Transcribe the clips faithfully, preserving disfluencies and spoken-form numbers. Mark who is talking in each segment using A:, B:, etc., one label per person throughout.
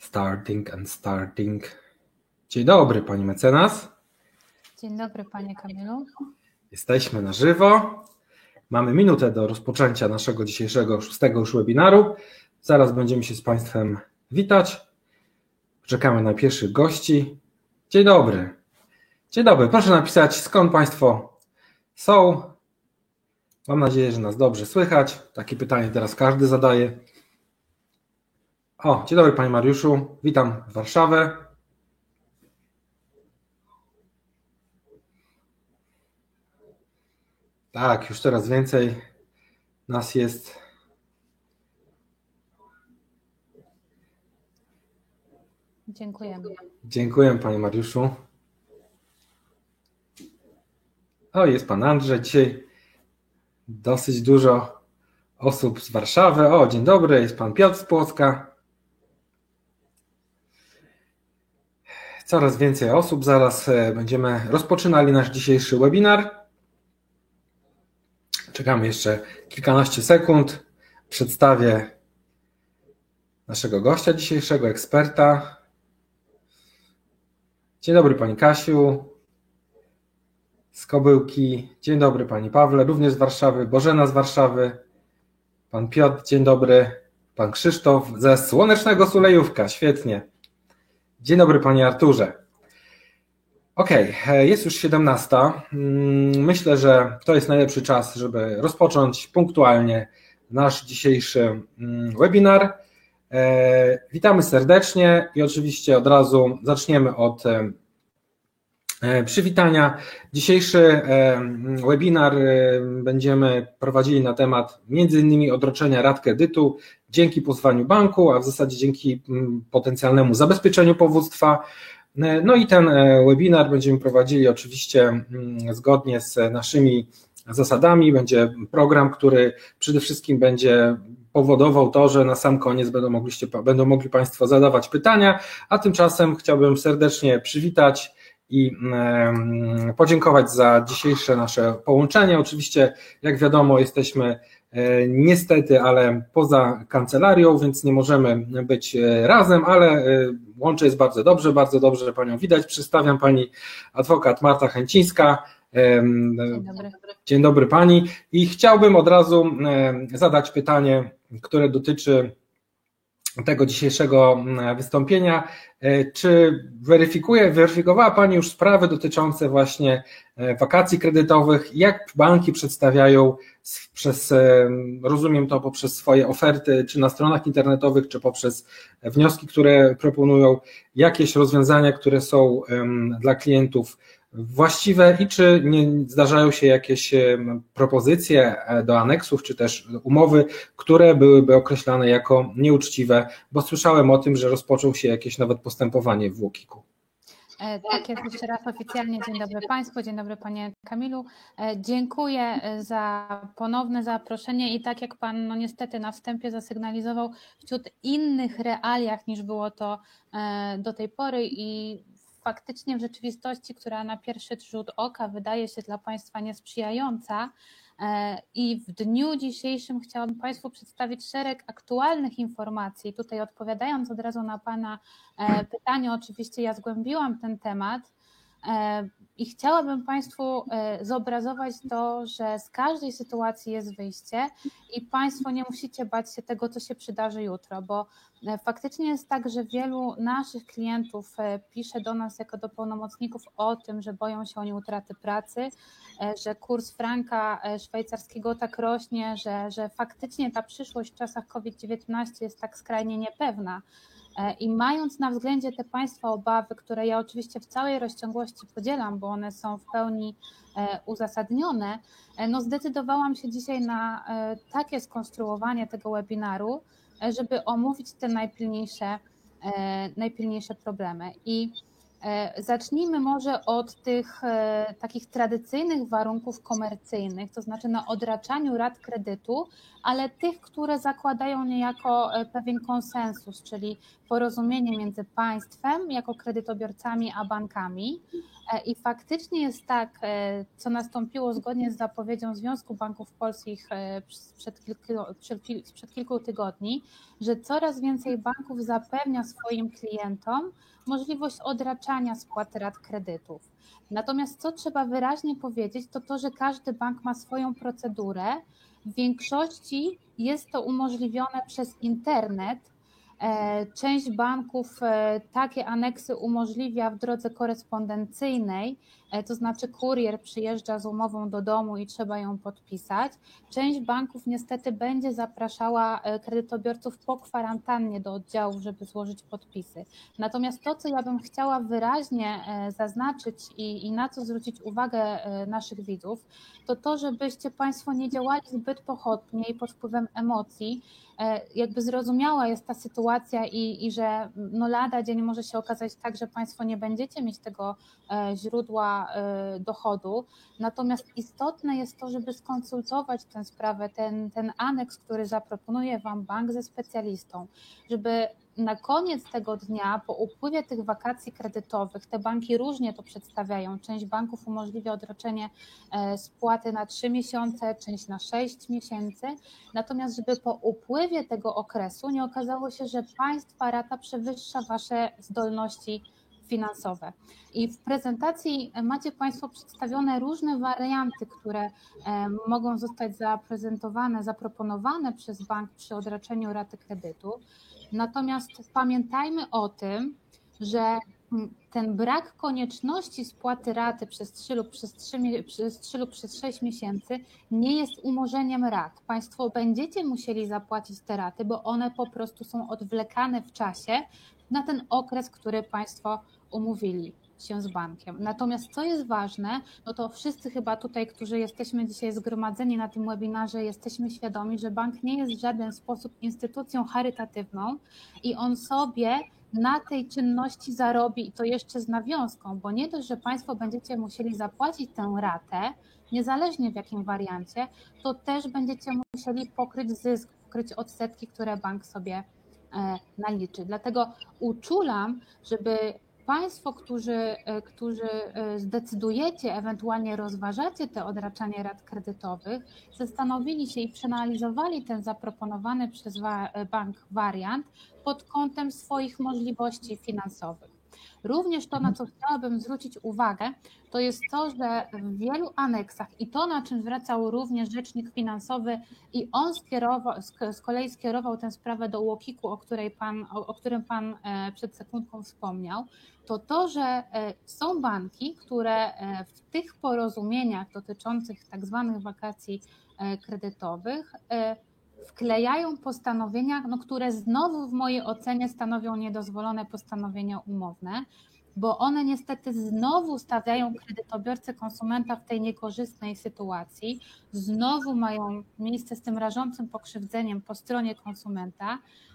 A: Starting and starting. Dzień dobry, pani mecenas.
B: Dzień dobry, panie Kamilu.
A: Jesteśmy na żywo. Mamy minutę do rozpoczęcia naszego dzisiejszego szóstego już webinaru. Zaraz będziemy się z państwem witać. Czekamy na pierwszych gości. Dzień dobry. Dzień dobry. Proszę napisać, skąd państwo są. Mam nadzieję, że nas dobrze słychać. Takie pytanie teraz każdy zadaje. O, dzień dobry panie Mariuszu. Witam Warszawę. Tak, już coraz więcej nas jest.
B: Dziękujemy.
A: Dziękuję panie Mariuszu. O, jest pan Andrzej. Dzisiaj dosyć dużo osób z Warszawy. O, dzień dobry, jest pan Piotr z Płocka. Coraz więcej osób. Zaraz będziemy rozpoczynali nasz dzisiejszy webinar. Czekamy jeszcze kilkanaście sekund. Przedstawię naszego gościa dzisiejszego, eksperta. Dzień dobry pani Kasiu z Kobyłki. Dzień dobry pani Pawle, również z Warszawy. Bożena z Warszawy. Pan Piotr, dzień dobry. Pan Krzysztof ze Słonecznego Sulejówka, świetnie. Dzień dobry panie Arturze. Okej, okay, jest już siedemnasta. Myślę, że to jest najlepszy czas, żeby rozpocząć punktualnie nasz dzisiejszy webinar. Witamy serdecznie i oczywiście od razu zaczniemy od przywitania. Dzisiejszy webinar będziemy prowadzili na temat między innymi odroczenia rat kredytu dzięki pozwaniu banku, a w zasadzie dzięki potencjalnemu zabezpieczeniu powództwa. No i ten webinar będziemy prowadzili oczywiście zgodnie z naszymi zasadami. Będzie program, który przede wszystkim będzie powodował to, że na sam koniec będą, mogliście, będą mogli państwo zadawać pytania, a tymczasem chciałbym serdecznie przywitać i podziękować za dzisiejsze nasze połączenie. Oczywiście, jak wiadomo, jesteśmy niestety, ale poza kancelarią, więc nie możemy być razem, ale łącze jest bardzo dobrze, bardzo dobrze panią widać. Przedstawiam pani adwokat Marta Chęcińska.
B: Dzień dobry.
A: Dzień dobry pani i chciałbym od razu zadać pytanie, które dotyczy tego dzisiejszego wystąpienia. Czy weryfikuje, weryfikowała pani już sprawy dotyczące właśnie wakacji kredytowych? Jak banki przedstawiają przez, rozumiem to poprzez swoje oferty, czy na stronach internetowych, czy poprzez wnioski, które proponują, jakieś rozwiązania, które są dla klientów właściwe i czy nie zdarzają się jakieś propozycje do aneksów, czy też umowy, które byłyby określane jako nieuczciwe, bo słyszałem o tym, że rozpoczął się jakieś nawet postępowanie w UOKiK-u.
B: Tak jest, jeszcze raz oficjalnie dzień dobry państwu, dzień dobry panie Kamilu. Dziękuję za ponowne zaproszenie i tak jak pan no niestety na wstępie zasygnalizował, wśród innych realiach niż było to do tej pory i faktycznie w rzeczywistości, która na pierwszy rzut oka wydaje się dla państwa niesprzyjająca i w dniu dzisiejszym chciałabym państwu przedstawić szereg aktualnych informacji. Tutaj odpowiadając od razu na pana pytanie, oczywiście ja zgłębiłam ten temat i chciałabym państwu zobrazować to, że z każdej sytuacji jest wyjście i państwo nie musicie bać się tego, co się przydarzy jutro, bo faktycznie jest tak, że wielu naszych klientów pisze do nas jako do pełnomocników o tym, że boją się oni utraty pracy, że kurs franka szwajcarskiego tak rośnie, że, że faktycznie ta przyszłość w czasach COVID dziewiętnaście jest tak skrajnie niepewna. I mając na względzie te państwa obawy, które ja oczywiście w całej rozciągłości podzielam, bo one są w pełni uzasadnione, no zdecydowałam się dzisiaj na takie skonstruowanie tego webinaru, żeby omówić te najpilniejsze, najpilniejsze problemy. I Zacznijmy może od tych takich tradycyjnych warunków komercyjnych, to znaczy na odraczaniu rat kredytu, ale tych, które zakładają niejako pewien konsensus, czyli porozumienie między państwem jako kredytobiorcami a bankami. I faktycznie jest tak, co nastąpiło zgodnie z zapowiedzią Związku Banków Polskich przed kilku, przed kilku tygodni, że coraz więcej banków zapewnia swoim klientom możliwość odraczania spłaty rat kredytów. Natomiast co trzeba wyraźnie powiedzieć, to to, że każdy bank ma swoją procedurę. W większości jest to umożliwione przez internet. Część banków takie aneksy umożliwia w drodze korespondencyjnej, to znaczy kurier przyjeżdża z umową do domu i trzeba ją podpisać. Część banków niestety będzie zapraszała kredytobiorców po kwarantannie do oddziałów, żeby złożyć podpisy. Natomiast to, co ja bym chciała wyraźnie zaznaczyć i, i na co zwrócić uwagę naszych widzów, to to, żebyście Państwo nie działali zbyt pochopnie i pod wpływem emocji. Jakby zrozumiała jest ta sytuacja i, i że no lada dzień może się okazać tak, że Państwo nie będziecie mieć tego źródła dochodu. Natomiast istotne jest to, żeby skonsultować tę sprawę, ten, ten aneks, który zaproponuje Wam bank ze specjalistą, żeby na koniec tego dnia, po upływie tych wakacji kredytowych, te banki różnie to przedstawiają. Część banków umożliwia odroczenie spłaty na trzy miesiące, część na sześć miesięcy. Natomiast żeby po upływie tego okresu nie okazało się, że Państwa rata przewyższa Wasze zdolności finansowe. I w prezentacji macie Państwo przedstawione różne warianty, które mogą zostać zaprezentowane, zaproponowane przez bank przy odraczeniu raty kredytu. Natomiast pamiętajmy o tym, że ten brak konieczności spłaty raty przez trzy lub przez trzy, przez trzy lub przez sześć miesięcy nie jest umorzeniem rat. Państwo będziecie musieli zapłacić te raty, bo one po prostu są odwlekane w czasie na ten okres, który Państwo umówili się z bankiem. Natomiast co jest ważne, no to wszyscy chyba tutaj, którzy jesteśmy dzisiaj zgromadzeni na tym webinarze, jesteśmy świadomi, że bank nie jest w żaden sposób instytucją charytatywną i on sobie na tej czynności zarobi i to jeszcze z nawiązką, bo nie dość, że Państwo będziecie musieli zapłacić tę ratę, niezależnie w jakim wariancie, to też będziecie musieli pokryć zysk, pokryć odsetki, które bank sobie naliczy. Dlatego uczulam, żeby Państwo, którzy, którzy zdecydujecie, ewentualnie rozważacie te odraczanie rat kredytowych, zastanowili się i przeanalizowali ten zaproponowany przez bank wariant pod kątem swoich możliwości finansowych. Również to, na co chciałabym zwrócić uwagę, to jest to, że w wielu aneksach i to, na czym zwracał również rzecznik finansowy i on skierował, z kolei skierował tę sprawę do łokiku, o, której pan, o, o którym Pan przed sekundką wspomniał, to to, że są banki, które w tych porozumieniach dotyczących tak zwanych wakacji kredytowych wklejają postanowienia, no, które znowu w mojej ocenie stanowią niedozwolone postanowienia umowne, bo one niestety znowu stawiają kredytobiorcę, konsumenta w tej niekorzystnej sytuacji, znowu mają miejsce z tym rażącym pokrzywdzeniem po stronie konsumenta,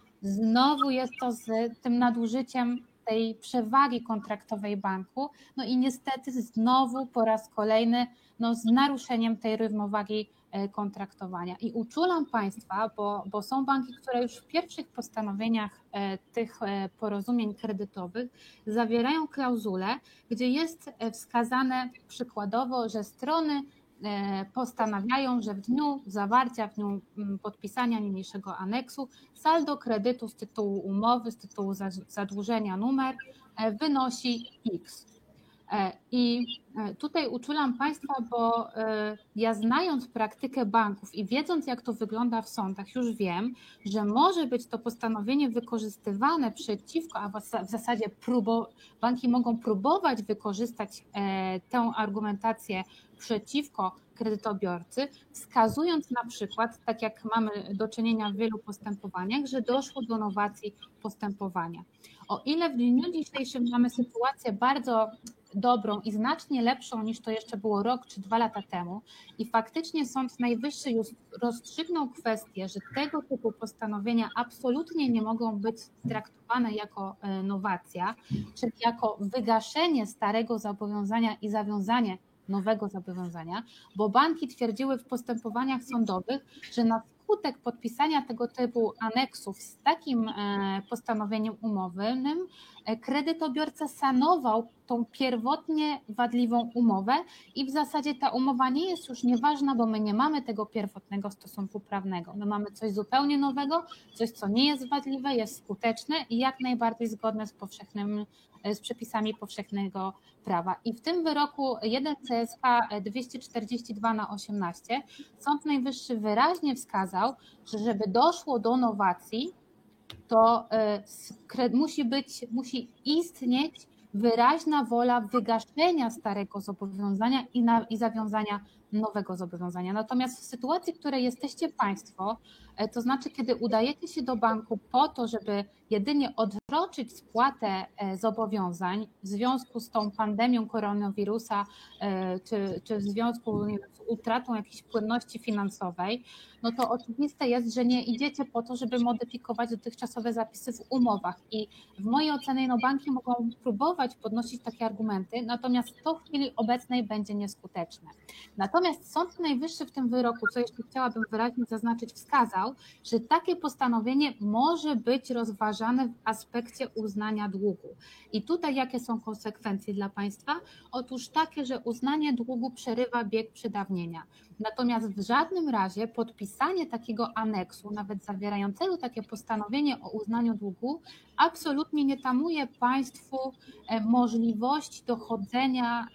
B: znowu jest to z tym nadużyciem tej przewagi kontraktowej banku, no i niestety znowu po raz kolejny no, z naruszeniem tej równowagi kontraktowania. I uczulam Państwa, bo, bo są banki, które już w pierwszych postanowieniach tych porozumień kredytowych zawierają klauzulę, gdzie jest wskazane przykładowo, że strony postanawiają, że w dniu zawarcia, w dniu podpisania niniejszego aneksu saldo kredytu z tytułu umowy, z tytułu zadłużenia numer wynosi X. I tutaj uczulam Państwa, bo ja znając praktykę banków i wiedząc, jak to wygląda w sądach, już wiem, że może być to postanowienie wykorzystywane przeciwko, a w zasadzie próbo, banki mogą próbować wykorzystać tę argumentację przeciwko kredytobiorcy, wskazując na przykład, tak jak mamy do czynienia w wielu postępowaniach, że doszło do nowacji postępowania. O ile w dniu dzisiejszym mamy sytuację bardzo dobrą i znacznie lepszą niż to jeszcze było rok czy dwa lata temu i faktycznie Sąd Najwyższy już rozstrzygnął kwestię, że tego typu postanowienia absolutnie nie mogą być traktowane jako nowacja, czyli jako wygaszenie starego zobowiązania i zawiązanie nowego zobowiązania, bo banki twierdziły w postępowaniach sądowych, że na skutek podpisania tego typu aneksów z takim postanowieniem umownym kredytobiorca sanował tą pierwotnie wadliwą umowę i w zasadzie ta umowa nie jest już nieważna, bo my nie mamy tego pierwotnego stosunku prawnego. My mamy coś zupełnie nowego, coś, co nie jest wadliwe, jest skuteczne i jak najbardziej zgodne z powszechnym, z przepisami powszechnego prawa. I w tym wyroku jeden C S H dwieście czterdzieści dwa na osiemnaście Sąd Najwyższy wyraźnie wskazał, że żeby doszło do nowacji, to musi być, musi istnieć wyraźna wola wygaszenia starego zobowiązania i, na, i zawiązania nowego zobowiązania. Natomiast w sytuacji, w której jesteście Państwo, to znaczy kiedy udajecie się do banku po to, żeby jedynie odroczyć spłatę zobowiązań w związku z tą pandemią koronawirusa, czy, czy w związku nie wiem, z utratą jakiejś płynności finansowej, no to oczywiste jest, że nie idziecie po to, żeby modyfikować dotychczasowe zapisy w umowach i w mojej ocenie no, banki mogą próbować podnosić takie argumenty, natomiast to w chwili obecnej będzie nieskuteczne. Natomiast Sąd Najwyższy w tym wyroku, co jeszcze chciałabym wyraźnie zaznaczyć, wskazał, że takie postanowienie może być rozważane w aspekcie uznania długu. I tutaj jakie są konsekwencje dla Państwa? Otóż takie, że uznanie długu przerywa bieg przedawnienia. Natomiast w żadnym razie podpisanie takiego aneksu, nawet zawierającego takie postanowienie o uznaniu długu, absolutnie nie tamuje Państwu możliwości dochodzenia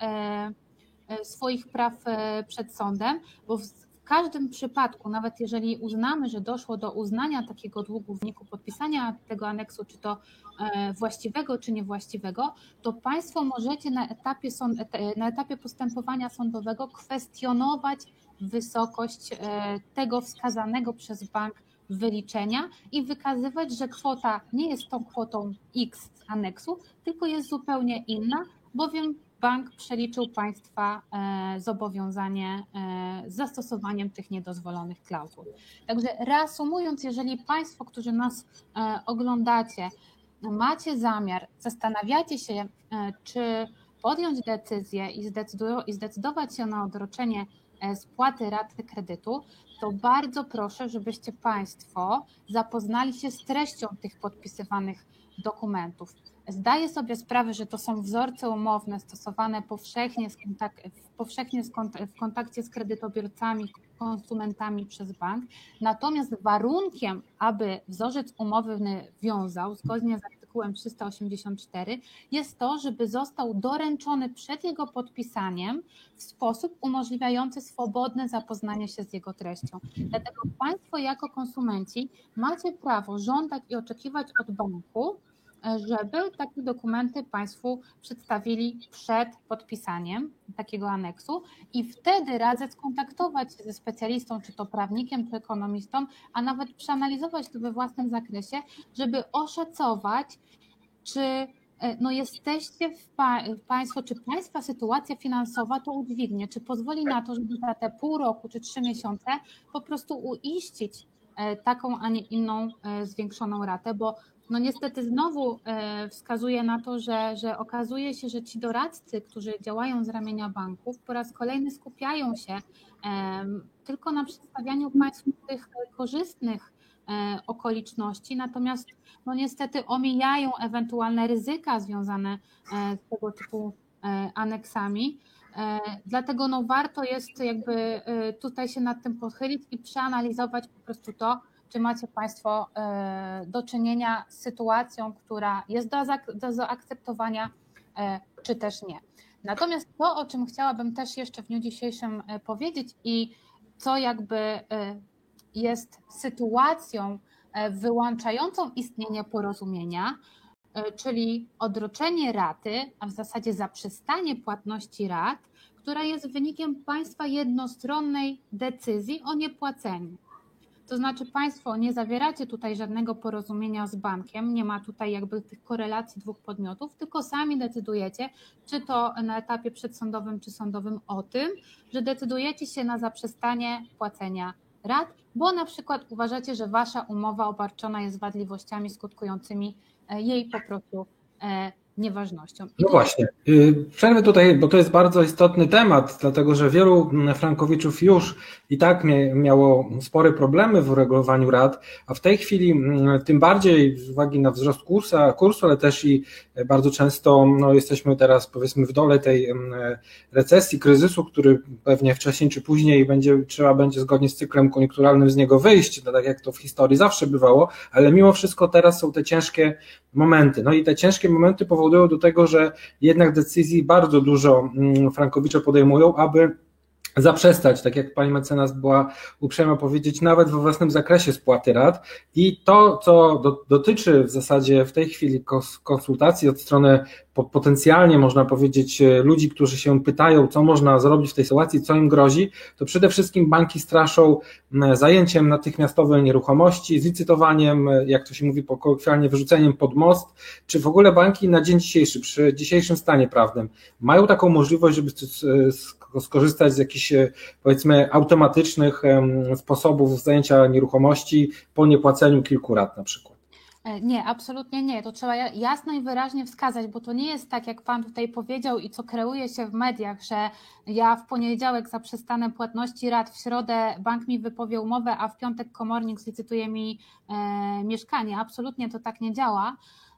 B: swoich praw przed sądem, bo w każdym przypadku, nawet jeżeli uznamy, że doszło do uznania takiego długu w wyniku podpisania tego aneksu, czy to właściwego, czy niewłaściwego, to Państwo możecie na etapie, sąd, na etapie postępowania sądowego kwestionować wysokość tego wskazanego przez bank wyliczenia i wykazywać, że kwota nie jest tą kwotą X z aneksu, tylko jest zupełnie inna, bowiem bank przeliczył Państwa zobowiązanie z zastosowaniem tych niedozwolonych klauzul. Także reasumując, jeżeli Państwo, którzy nas oglądacie, macie zamiar, zastanawiacie się, czy podjąć decyzję i zdecydować się na odroczenie spłaty raty kredytu, to bardzo proszę, żebyście Państwo zapoznali się z treścią tych podpisywanych dokumentów. Zdaję sobie sprawę, że to są wzorce umowne stosowane powszechnie, z kontak- powszechnie z kont- w kontakcie z kredytobiorcami, konsumentami przez bank, natomiast warunkiem, aby wzorzec umowny wiązał zgodnie z artykułem trzysta osiemdziesiąt cztery jest to, żeby został doręczony przed jego podpisaniem w sposób umożliwiający swobodne zapoznanie się z jego treścią. Dlatego Państwo jako konsumenci macie prawo żądać i oczekiwać od banku, żeby takie dokumenty Państwu przedstawili przed podpisaniem takiego aneksu i wtedy radzę skontaktować się ze specjalistą, czy to prawnikiem, czy ekonomistą, a nawet przeanalizować to we własnym zakresie, żeby oszacować, czy no jesteście w, pa, w Państwo, czy Państwa sytuacja finansowa to udźwignie, czy pozwoli na to, żeby za te pół roku czy trzy miesiące po prostu uiścić taką, a nie inną zwiększoną ratę, bo no niestety znowu wskazuje na to, że, że okazuje się, że ci doradcy, którzy działają z ramienia banków, po raz kolejny skupiają się tylko na przedstawianiu Państwu tych korzystnych okoliczności, natomiast no niestety omijają ewentualne ryzyka związane z tego typu aneksami. Dlatego no warto jest jakby tutaj się nad tym pochylić i przeanalizować po prostu to, czy macie Państwo do czynienia z sytuacją, która jest do, do zaakceptowania, czy też nie. Natomiast to, o czym chciałabym też jeszcze w dniu dzisiejszym powiedzieć i co jakby jest sytuacją wyłączającą istnienie porozumienia, czyli odroczenie raty, a w zasadzie zaprzestanie płatności rat, która jest wynikiem Państwa jednostronnej decyzji o niepłaceniu. To znaczy Państwo nie zawieracie tutaj żadnego porozumienia z bankiem, nie ma tutaj jakby tych korelacji dwóch podmiotów, tylko sami decydujecie, czy to na etapie przedsądowym czy sądowym o tym, że decydujecie się na zaprzestanie płacenia rat, bo na przykład uważacie, że Wasza umowa obarczona jest wadliwościami skutkującymi jej po prostu nieważnością. I
A: no właśnie, przerwę tutaj, bo to jest bardzo istotny temat, dlatego że wielu frankowiczów już i tak miało spore problemy w uregulowaniu rat, a w tej chwili tym bardziej z uwagi na wzrost kursu, kursu ale też i bardzo często no, jesteśmy teraz powiedzmy w dole tej recesji, kryzysu, który pewnie wcześniej czy później będzie, trzeba będzie zgodnie z cyklem koniunkturalnym z niego wyjść, tak jak to w historii zawsze bywało, ale mimo wszystko teraz są te ciężkie momenty. No i te ciężkie momenty powodują do tego, że jednak decyzji bardzo dużo frankowicze podejmują, aby zaprzestać, tak jak pani mecenas była uprzejma powiedzieć, nawet we własnym zakresie spłaty rat. I to, co do, dotyczy w zasadzie w tej chwili konsultacji od strony potencjalnie, można powiedzieć, ludzi, którzy się pytają, co można zrobić w tej sytuacji, co im grozi, to przede wszystkim banki straszą zajęciem natychmiastowej nieruchomości, zlicytowaniem, jak to się mówi kolokwialnie, wyrzuceniem pod most, czy w ogóle banki na dzień dzisiejszy, przy dzisiejszym stanie prawnym mają taką możliwość, żeby skorzystać z jakichś, powiedzmy, automatycznych sposobów zajęcia nieruchomości po niepłaceniu kilku rat na przykład?
B: Nie, absolutnie nie. To trzeba jasno i wyraźnie wskazać, bo to nie jest tak, jak Pan tutaj powiedział i co kreuje się w mediach, że ja w poniedziałek zaprzestanę płatności rat, w środę bank mi wypowie umowę, a w piątek komornik zlicytuje mi e, mieszkanie. Absolutnie to tak nie działa.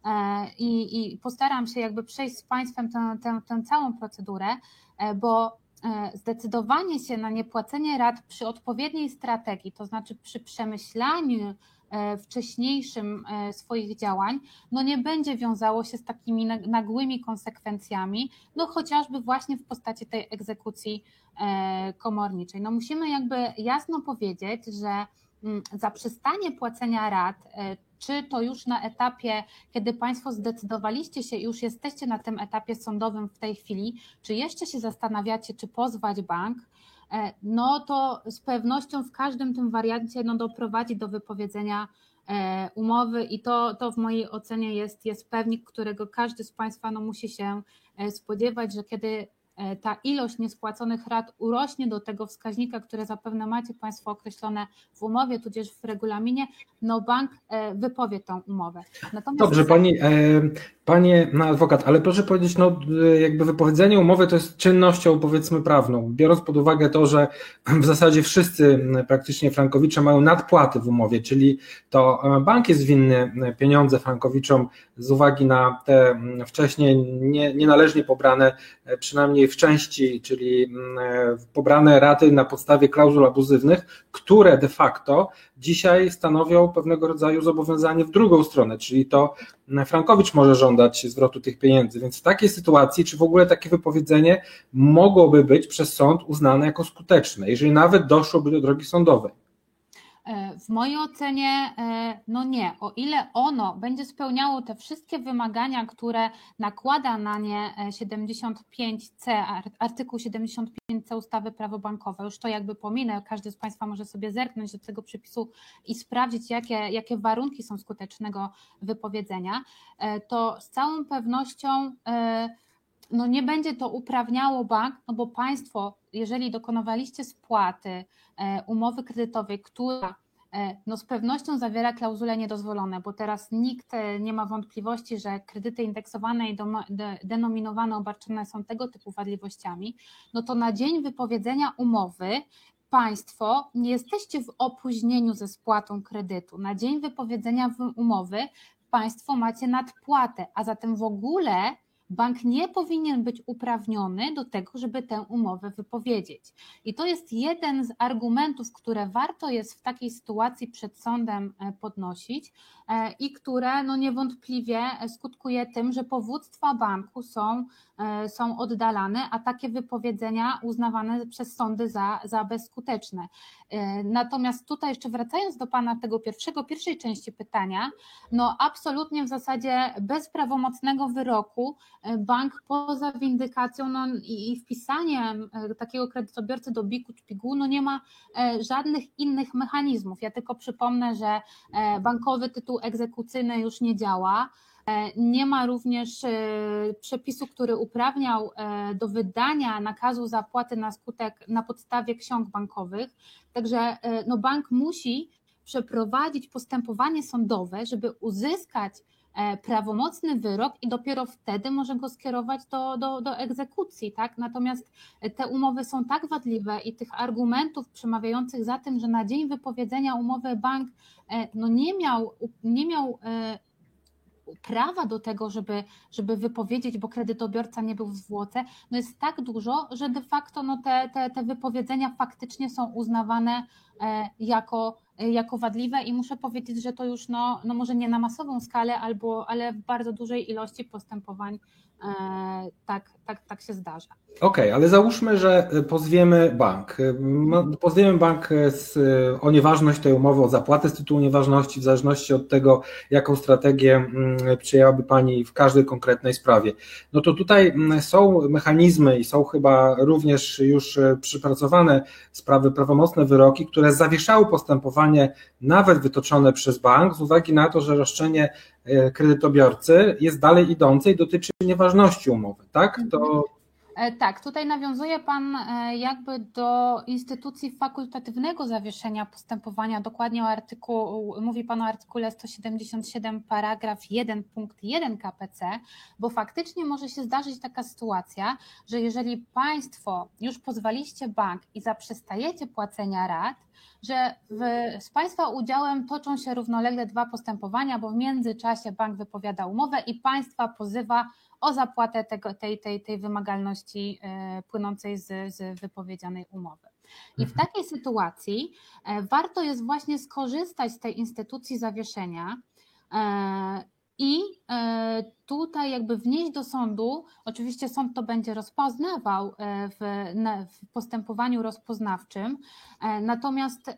B: I, i postaram się jakby przejść z Państwem tę, tę, tę całą procedurę, bo zdecydowanie się na niepłacenie rat przy odpowiedniej strategii, to znaczy przy przemyślaniu wcześniejszym swoich działań, no nie będzie wiązało się z takimi nagłymi konsekwencjami, no chociażby właśnie w postaci tej egzekucji komorniczej. No musimy jakby jasno powiedzieć, że zaprzestanie płacenia rat, czy to już na etapie, kiedy Państwo zdecydowaliście się i już jesteście na tym etapie sądowym w tej chwili, czy jeszcze się zastanawiacie, czy pozwać bank, no to z pewnością w każdym tym wariancie no doprowadzi do wypowiedzenia umowy i to, to w mojej ocenie jest, jest pewnik, którego każdy z Państwa no musi się spodziewać, że kiedy ta ilość niespłaconych rat urośnie do tego wskaźnika, które zapewne macie Państwo określone w umowie, tudzież w regulaminie, no bank wypowie tą umowę. Natomiast
A: Dobrze, pani, panie no adwokat, ale proszę powiedzieć, no jakby wypowiedzenie umowy to jest czynnością powiedzmy prawną, biorąc pod uwagę to, że w zasadzie wszyscy praktycznie frankowicze mają nadpłaty w umowie, czyli to bank jest winny pieniądze frankowiczom z uwagi na te wcześniej nie, nienależnie pobrane, przynajmniej w części, czyli pobrane raty na podstawie klauzul abuzywnych, które de facto dzisiaj stanowią pewnego rodzaju zobowiązanie w drugą stronę, czyli to frankowicz może żądać zwrotu tych pieniędzy, więc w takiej sytuacji, czy w ogóle takie wypowiedzenie mogłoby być przez sąd uznane jako skuteczne, jeżeli nawet doszłoby do drogi sądowej?
B: W mojej ocenie no nie, o ile ono będzie spełniało te wszystkie wymagania, które nakłada na nie siedemdziesiąt pięć C, artykuł siedemdziesiąt pięć C ustawy Prawo bankowe, już to jakby pominę, każdy z Państwa może sobie zerknąć do tego przepisu i sprawdzić, jakie, jakie warunki są skutecznego wypowiedzenia, to z całą pewnością no nie będzie to uprawniało bank, no bo Państwo, jeżeli dokonywaliście spłaty umowy kredytowej, która no z pewnością zawiera klauzule niedozwolone, bo teraz nikt nie ma wątpliwości, że kredyty indeksowane i denominowane obarczone są tego typu wadliwościami, no to na dzień wypowiedzenia umowy Państwo nie jesteście w opóźnieniu ze spłatą kredytu. Na dzień wypowiedzenia umowy Państwo macie nadpłatę, a zatem w ogóle bank nie powinien być uprawniony do tego, żeby tę umowę wypowiedzieć. I to jest jeden z argumentów, które warto jest w takiej sytuacji przed sądem podnosić i które no niewątpliwie skutkuje tym, że powództwa banku są, są oddalane, a takie wypowiedzenia uznawane przez sądy za, za bezskuteczne. Natomiast tutaj jeszcze wracając do Pana tego pierwszego, pierwszej części pytania, no absolutnie w zasadzie bez prawomocnego wyroku bank poza windykacją no, i, i wpisaniem takiego kredytobiorcy do biku czy pigułu no nie ma żadnych innych mechanizmów. Ja tylko przypomnę, że bankowy tytuł egzekucyjny już nie działa. Nie ma również przepisu, który uprawniał do wydania nakazu zapłaty na skutek na podstawie ksiąg bankowych. Także no, bank musi przeprowadzić postępowanie sądowe, żeby uzyskać prawomocny wyrok i dopiero wtedy może go skierować do, do, do egzekucji. Tak? Natomiast te umowy są tak wadliwe i tych argumentów przemawiających za tym, że na dzień wypowiedzenia umowy bank no, nie miał, nie miał prawa do tego, żeby, żeby wypowiedzieć, bo kredytobiorca nie był w zwłoce, no jest tak dużo, że de facto no te, te, te wypowiedzenia faktycznie są uznawane jako, jako wadliwe i muszę powiedzieć, że to już no, no może nie na masową skalę, albo, ale w bardzo dużej ilości postępowań tak, tak, tak się zdarza.
A: Okej, okay, ale załóżmy, że pozwiemy bank. Pozwiemy bank z, o nieważność tej umowy, o zapłatę z tytułu nieważności, w zależności od tego, jaką strategię przyjęłaby Pani w każdej konkretnej sprawie. No to tutaj są mechanizmy i są chyba również już przypracowane sprawy, prawomocne wyroki, które zawieszały postępowanie nawet wytoczone przez bank z uwagi na to, że roszczenie kredytobiorcy jest dalej idące i dotyczy nieważności umowy, tak? To...
B: Tak, tutaj nawiązuje Pan jakby do instytucji fakultatywnego zawieszenia postępowania, dokładnie o artykuł, mówi Pan o artykule sto siedemdziesiąt siedem paragraf jeden punkt jeden K P C, bo faktycznie może się zdarzyć taka sytuacja, że jeżeli Państwo już pozwaliście bank i zaprzestajecie płacenia rat, że w, z Państwa udziałem toczą się równolegle dwa postępowania, bo w międzyczasie bank wypowiada umowę i Państwa pozywa o zapłatę tego, tej, tej, tej wymagalności płynącej z, z wypowiedzianej umowy. I w takiej sytuacji warto jest właśnie skorzystać z tej instytucji zawieszenia i tutaj jakby wnieść do sądu, oczywiście sąd to będzie rozpoznawał w, w postępowaniu rozpoznawczym, natomiast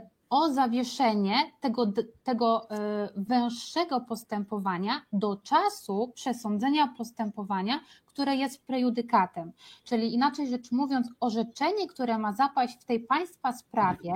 B: o zawieszenie tego, tego węższego postępowania do czasu przesądzenia postępowania, które jest prejudykatem. Czyli inaczej rzecz mówiąc, orzeczenie, które ma zapaść w tej Państwa sprawie,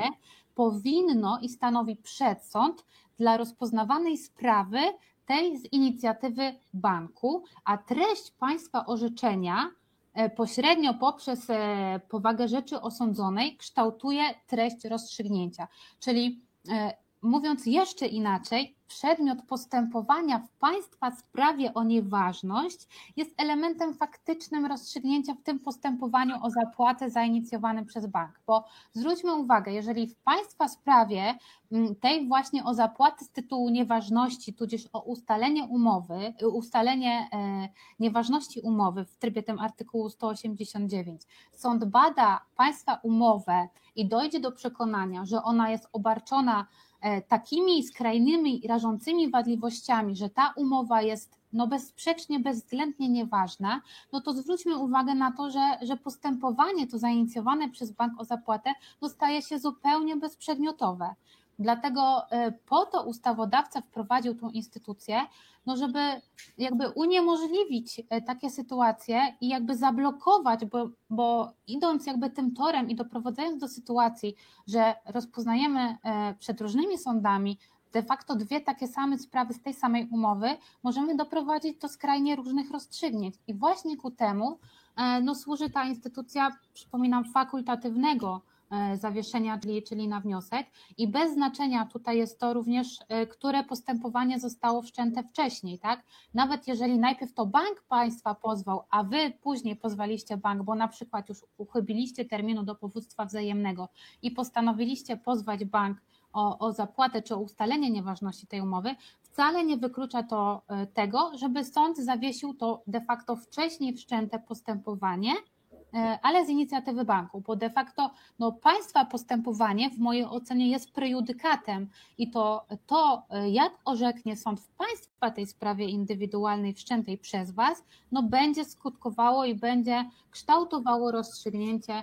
B: powinno i stanowi przedsąd dla rozpoznawanej sprawy tej z inicjatywy banku, a treść Państwa orzeczenia pośrednio poprzez powagę rzeczy osądzonej kształtuje treść rozstrzygnięcia. Czyli mówiąc jeszcze inaczej, przedmiot postępowania w Państwa sprawie o nieważność jest elementem faktycznym rozstrzygnięcia w tym postępowaniu o zapłatę zainicjowanym przez bank. Bo zwróćmy uwagę, jeżeli w Państwa sprawie tej właśnie o zapłatę z tytułu nieważności, tudzież o ustalenie umowy, ustalenie nieważności umowy w trybie tym artykułu sto osiemdziesiąt dziewięć, sąd bada Państwa umowę i dojdzie do przekonania, że ona jest obarczona takimi skrajnymi i rażącymi wadliwościami, że ta umowa jest no bezsprzecznie, bezwzględnie nieważna, no to zwróćmy uwagę na to, że, że postępowanie to zainicjowane przez bank o zapłatę no staje się zupełnie bezprzedmiotowe. Dlatego po to ustawodawca wprowadził tą instytucję, no żeby jakby uniemożliwić takie sytuacje i jakby zablokować, bo, bo idąc jakby tym torem i doprowadzając do sytuacji, że rozpoznajemy przed różnymi sądami de facto dwie takie same sprawy z tej samej umowy, możemy doprowadzić do skrajnie różnych rozstrzygnięć. I właśnie ku temu no, służy ta instytucja, przypominam, fakultatywnego zawieszenia, czyli, czyli na wniosek i bez znaczenia tutaj jest to również, które postępowanie zostało wszczęte wcześniej, tak? Nawet jeżeli najpierw to bank Państwa pozwał, a Wy później pozwaliście bank, bo na przykład już uchybiliście terminu do powództwa wzajemnego i postanowiliście pozwać bank o, o zapłatę czy o ustalenie nieważności tej umowy, wcale nie wyklucza to tego, żeby sąd zawiesił to de facto wcześniej wszczęte postępowanie, ale z inicjatywy banku, bo de facto no, Państwa postępowanie w mojej ocenie jest prejudykatem i to, to jak orzeknie sąd w Państwa tej sprawie indywidualnej wszczętej przez Was, no będzie skutkowało i będzie kształtowało rozstrzygnięcie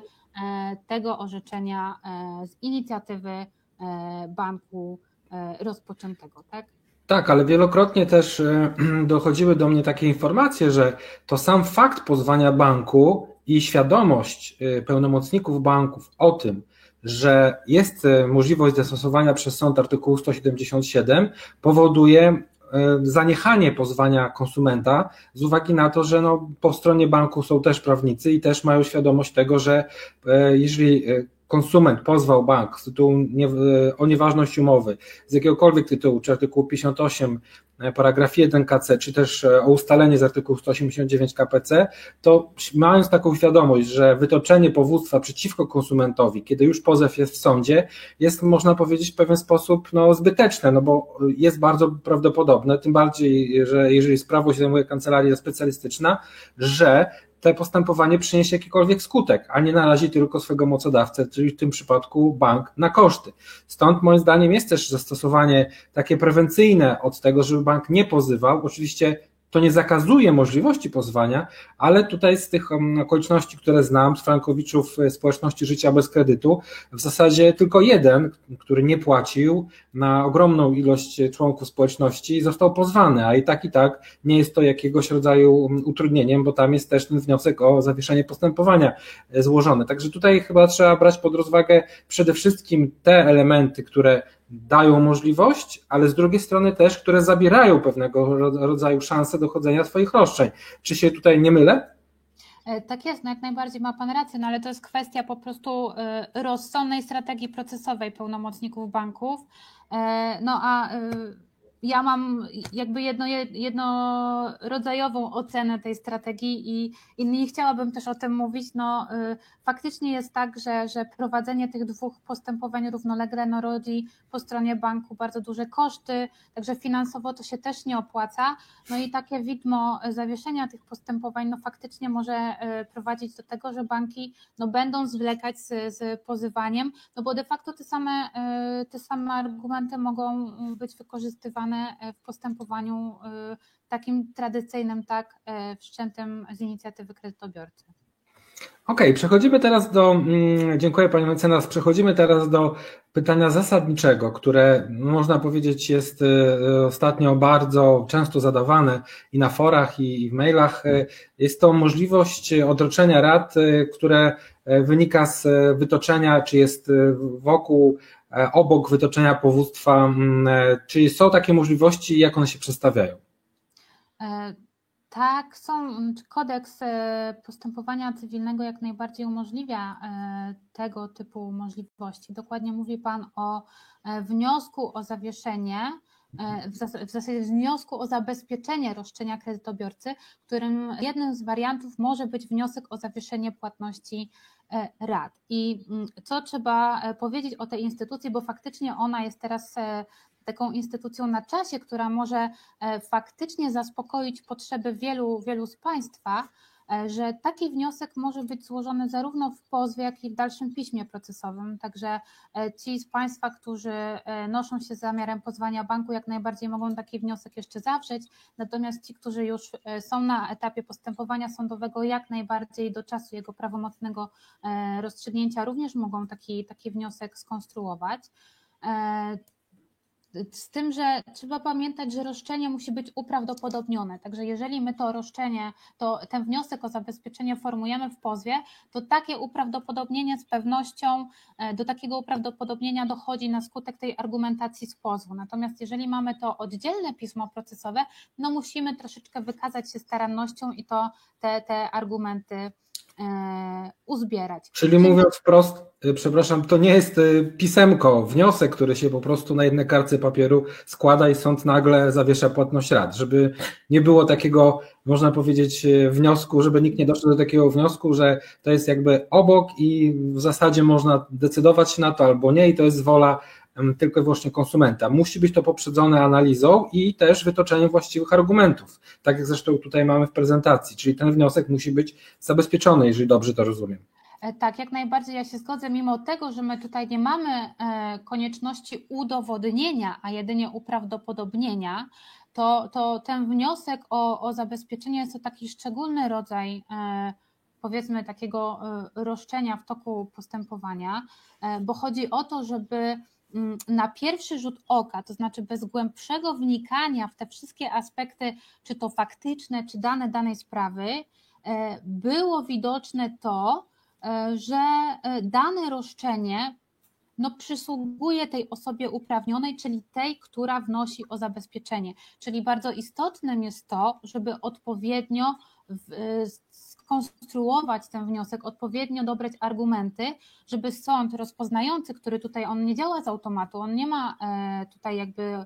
B: tego orzeczenia z inicjatywy banku rozpoczętego, tak?
A: Tak, ale wielokrotnie też dochodziły do mnie takie informacje, że to sam fakt pozwania banku i świadomość pełnomocników banków o tym, że jest możliwość zastosowania przez sąd artykułu sto siedemdziesiąt siedem, powoduje zaniechanie pozwania konsumenta z uwagi na to, że no, po stronie banku są też prawnicy i też mają świadomość tego, że jeżeli konsument pozwał bank z tytułu nie, o nieważność umowy z jakiegokolwiek tytułu, czy artykułu pięćdziesiąt osiem paragraf jeden K C, czy też o ustalenie z artykułu sto osiemdziesiąt dziewięć K P C, to mając taką świadomość, że wytoczenie powództwa przeciwko konsumentowi, kiedy już pozew jest w sądzie, jest, można powiedzieć, w pewien sposób no, zbyteczne, no bo jest bardzo prawdopodobne, tym bardziej, że jeżeli sprawą się zajmuje kancelaria specjalistyczna, że to postępowanie przyniesie jakikolwiek skutek, a nie narazi tylko swego mocodawcę, czyli w tym przypadku bank, na koszty. Stąd moim zdaniem jest też zastosowanie takie prewencyjne od tego, żeby bank nie pozywał. Oczywiście to nie zakazuje możliwości pozwania, ale tutaj z tych okoliczności, które znam, z frankowiczów społeczności życia bez kredytu, w zasadzie tylko jeden, który nie płacił na ogromną ilość członków społeczności, został pozwany, a i tak i tak nie jest to jakiegoś rodzaju utrudnieniem, bo tam jest też ten wniosek o zawieszenie postępowania złożony. Także tutaj chyba trzeba brać pod rozwagę przede wszystkim te elementy, które dają możliwość, ale z drugiej strony też, które zabierają pewnego rodzaju szansę dochodzenia swoich roszczeń. Czy się tutaj nie mylę?
B: Tak jest, no jak najbardziej ma Pan rację, no ale to jest kwestia po prostu rozsądnej strategii procesowej pełnomocników banków, no a ja mam jakby jedno, jednorodzajową ocenę tej strategii i, i nie chciałabym też o tym mówić. No, faktycznie jest tak, że, że prowadzenie tych dwóch postępowań równolegle no, rodzi po stronie banku bardzo duże koszty, także finansowo to się też nie opłaca. No i takie widmo zawieszenia tych postępowań no, faktycznie może prowadzić do tego, że banki no, będą zwlekać z, z pozywaniem, no bo de facto te same, te same argumenty mogą być wykorzystywane w postępowaniu takim tradycyjnym, tak, wszczętym z inicjatywy kredytobiorcy.
A: Okej, okay, przechodzimy teraz do, dziękuję Pani mecenas, przechodzimy teraz do pytania zasadniczego, które można powiedzieć jest ostatnio bardzo często zadawane i na forach i w mailach. Jest to możliwość odroczenia rat, które wynika z wytoczenia, czy jest wokół, obok wytoczenia powództwa. Czy są takie możliwości i jak one się przedstawiają?
B: Tak, są. Kodeks postępowania cywilnego jak najbardziej umożliwia tego typu możliwości. Dokładnie mówi Pan o wniosku o zawieszenie, w zasadzie wniosku o zabezpieczenie roszczenia kredytobiorcy, którym jednym z wariantów może być wniosek o zawieszenie płatności rat. I co trzeba powiedzieć o tej instytucji, bo faktycznie ona jest teraz taką instytucją na czasie, która może faktycznie zaspokoić potrzeby wielu, wielu z Państwa, że taki wniosek może być złożony zarówno w pozwie, jak i w dalszym piśmie procesowym. Także ci z Państwa, którzy noszą się z zamiarem pozwania banku, jak najbardziej mogą taki wniosek jeszcze zawrzeć, natomiast ci, którzy już są na etapie postępowania sądowego, jak najbardziej do czasu jego prawomocnego rozstrzygnięcia również mogą taki, taki wniosek skonstruować. Z tym, że trzeba pamiętać, że roszczenie musi być uprawdopodobnione. Także jeżeli my to roszczenie, to ten wniosek o zabezpieczenie formujemy w pozwie, to takie uprawdopodobnienie z pewnością, do takiego uprawdopodobnienia dochodzi na skutek tej argumentacji z pozwu. Natomiast jeżeli mamy to oddzielne pismo procesowe, no musimy troszeczkę wykazać się starannością i to te, te argumenty uzbierać.
A: Czyli mówiąc wprost, przepraszam, to nie jest pisemko, wniosek, który się po prostu na jednej kartce papieru składa i sąd nagle zawiesza płatność rat, żeby nie było takiego, można powiedzieć, wniosku, żeby nikt nie doszedł do takiego wniosku, że to jest jakby obok i w zasadzie można decydować się na to albo nie i to jest wola tylko i wyłącznie konsumenta. Musi być to poprzedzone analizą i też wytoczeniem właściwych argumentów, tak jak zresztą tutaj mamy w prezentacji, czyli ten wniosek musi być zabezpieczony, jeżeli dobrze to rozumiem.
B: Tak, jak najbardziej ja się zgodzę, mimo tego, że my tutaj nie mamy konieczności udowodnienia, a jedynie uprawdopodobnienia, to, to ten wniosek o, o zabezpieczenie jest to taki szczególny rodzaj powiedzmy takiego roszczenia w toku postępowania, bo chodzi o to, żeby na pierwszy rzut oka, to znaczy bez głębszego wnikania w te wszystkie aspekty, czy to faktyczne, czy dane danej sprawy, było widoczne to, że dane roszczenie no, przysługuje tej osobie uprawnionej, czyli tej, która wnosi o zabezpieczenie. Czyli bardzo istotnym jest to, żeby odpowiednio skonstruować ten wniosek, odpowiednio dobrać argumenty, żeby sąd rozpoznający, który tutaj on nie działa z automatu, on nie ma tutaj jakby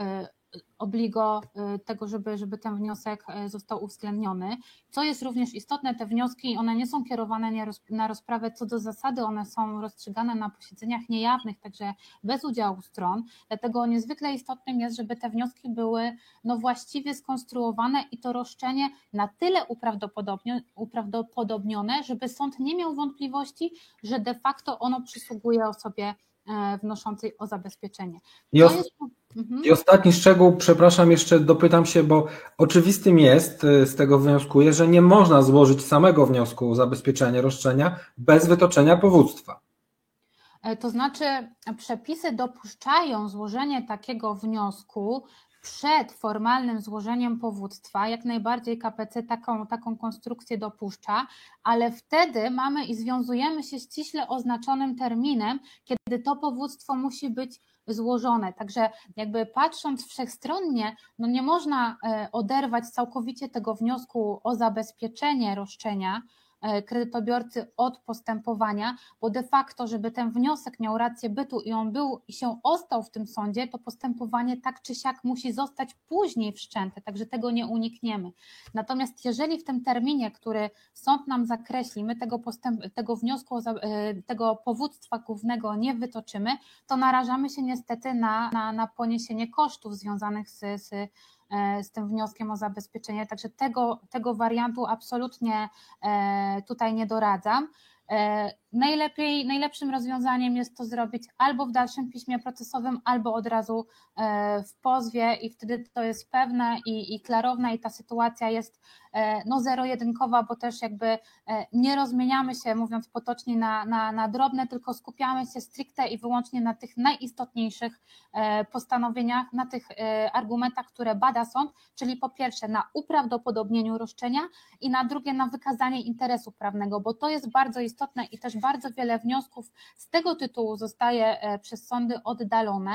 B: obligo tego, żeby, żeby ten wniosek został uwzględniony. Co jest również istotne, te wnioski, one nie są kierowane na rozprawę co do zasady, one są rozstrzygane na posiedzeniach niejawnych, także bez udziału stron, dlatego niezwykle istotnym jest, żeby te wnioski były no właściwie skonstruowane i to roszczenie na tyle uprawdopodobnione, żeby sąd nie miał wątpliwości, że de facto ono przysługuje osobie wnoszącej o zabezpieczenie.
A: I, os- jest... mhm. I ostatni szczegół, przepraszam, jeszcze dopytam się, bo oczywistym jest, z tego wnioskuję, że nie można złożyć samego wniosku o zabezpieczenie roszczenia bez wytoczenia powództwa.
B: To znaczy przepisy dopuszczają złożenie takiego wniosku przed formalnym złożeniem powództwa, jak najbardziej K P C taką, taką konstrukcję dopuszcza, ale wtedy mamy i związujemy się ściśle oznaczonym terminem, kiedy to powództwo musi być złożone. Także jakby patrząc wszechstronnie, no nie można oderwać całkowicie tego wniosku o zabezpieczenie roszczenia kredytobiorcy od postępowania, bo de facto, żeby ten wniosek miał rację bytu i on był i się ostał w tym sądzie, to postępowanie tak czy siak musi zostać później wszczęte, także tego nie unikniemy. Natomiast jeżeli w tym terminie, który sąd nam zakreśli, my tego, postęp, tego wniosku, tego powództwa głównego nie wytoczymy, to narażamy się niestety na, na, na poniesienie kosztów związanych z, z z tym wnioskiem o zabezpieczenie, także tego, tego wariantu absolutnie tutaj nie doradzam. Najlepiej, najlepszym rozwiązaniem jest to zrobić albo w dalszym piśmie procesowym, albo od razu w pozwie i wtedy to jest pewne i, i klarowne i ta sytuacja jest no zero-jedynkowa, bo też jakby nie rozmieniamy się, mówiąc potocznie, na, na, na drobne, tylko skupiamy się stricte i wyłącznie na tych najistotniejszych postanowieniach, na tych argumentach, które bada sąd, czyli po pierwsze na uprawdopodobnieniu roszczenia i na drugie na wykazanie interesu prawnego, bo to jest bardzo istotne i też bardzo wiele wniosków z tego tytułu zostaje przez sądy oddalone,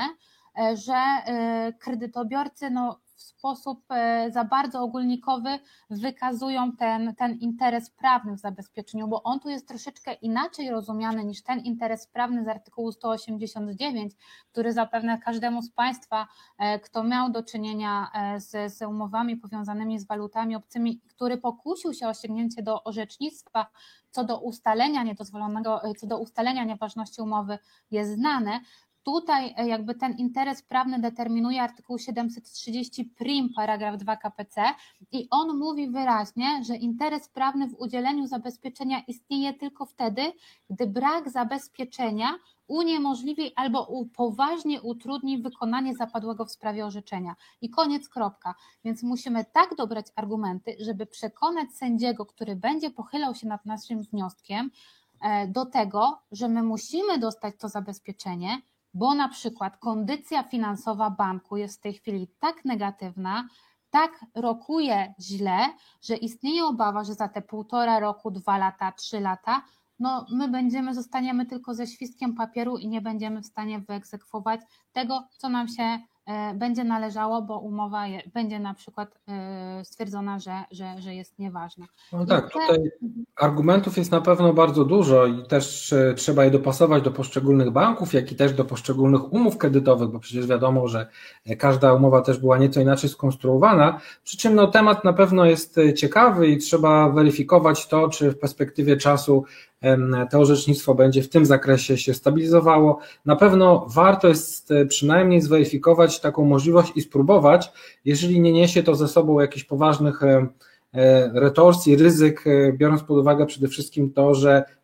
B: że kredytobiorcy no, w sposób za bardzo ogólnikowy wykazują ten, ten interes prawny w zabezpieczeniu, bo on tu jest troszeczkę inaczej rozumiany niż ten interes prawny z artykułu sto osiemdziesiąt dziewięć, który zapewne każdemu z Państwa, kto miał do czynienia z, z umowami powiązanymi z walutami obcymi, który pokusił się o sięgnięcie do orzecznictwa co do ustalenia niedozwolonego, co do ustalenia nieważności umowy jest znane. Tutaj jakby ten interes prawny determinuje artykuł siedemset trzydzieści prim, paragraf dwa K P C i on mówi wyraźnie, że interes prawny w udzieleniu zabezpieczenia istnieje tylko wtedy, gdy brak zabezpieczenia uniemożliwi albo poważnie utrudni wykonanie zapadłego w sprawie orzeczenia. I koniec, kropka. Więc musimy tak dobrać argumenty, żeby przekonać sędziego, który będzie pochylał się nad naszym wnioskiem, do tego, że my musimy dostać to zabezpieczenie, bo na przykład kondycja finansowa banku jest w tej chwili tak negatywna, tak rokuje źle, że istnieje obawa, że za te półtora roku, dwa lata, trzy lata, no my będziemy, zostaniemy tylko ze świstkiem papieru i nie będziemy w stanie wyegzekwować tego, co nam się będzie należało, bo umowa je, będzie na przykład stwierdzona, że, że, że jest nieważna.
A: No tak, te... tutaj argumentów jest na pewno bardzo dużo i też trzeba je dopasować do poszczególnych banków, jak i też do poszczególnych umów kredytowych, bo przecież wiadomo, że każda umowa też była nieco inaczej skonstruowana, przy czym no, temat na pewno jest ciekawy i trzeba weryfikować to, czy w perspektywie czasu to orzecznictwo będzie w tym zakresie się stabilizowało. Na pewno warto jest przynajmniej zweryfikować taką możliwość i spróbować, jeżeli nie niesie to ze sobą jakichś poważnych retorsji, ryzyk, biorąc pod uwagę przede wszystkim to, że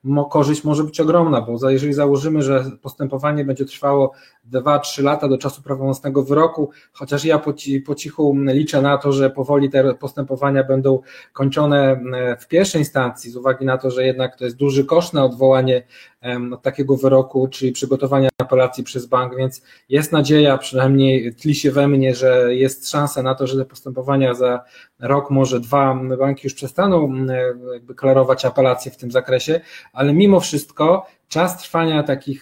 A: korzyść może być ogromna, bo jeżeli założymy, że postępowanie będzie trwało dwa trzy lata do czasu prawomocnego wyroku, chociaż ja po, po cichu liczę na to, że powoli te postępowania będą kończone w pierwszej instancji, z uwagi na to, że jednak to jest duży koszt na odwołanie takiego wyroku, czyli przygotowania apelacji przez bank, więc jest nadzieja, przynajmniej tli się we mnie, że jest szansa na to, że te postępowania za rok, może dwa, banki już przestaną jakby klarować apelacje w tym zakresie, ale mimo wszystko czas trwania takich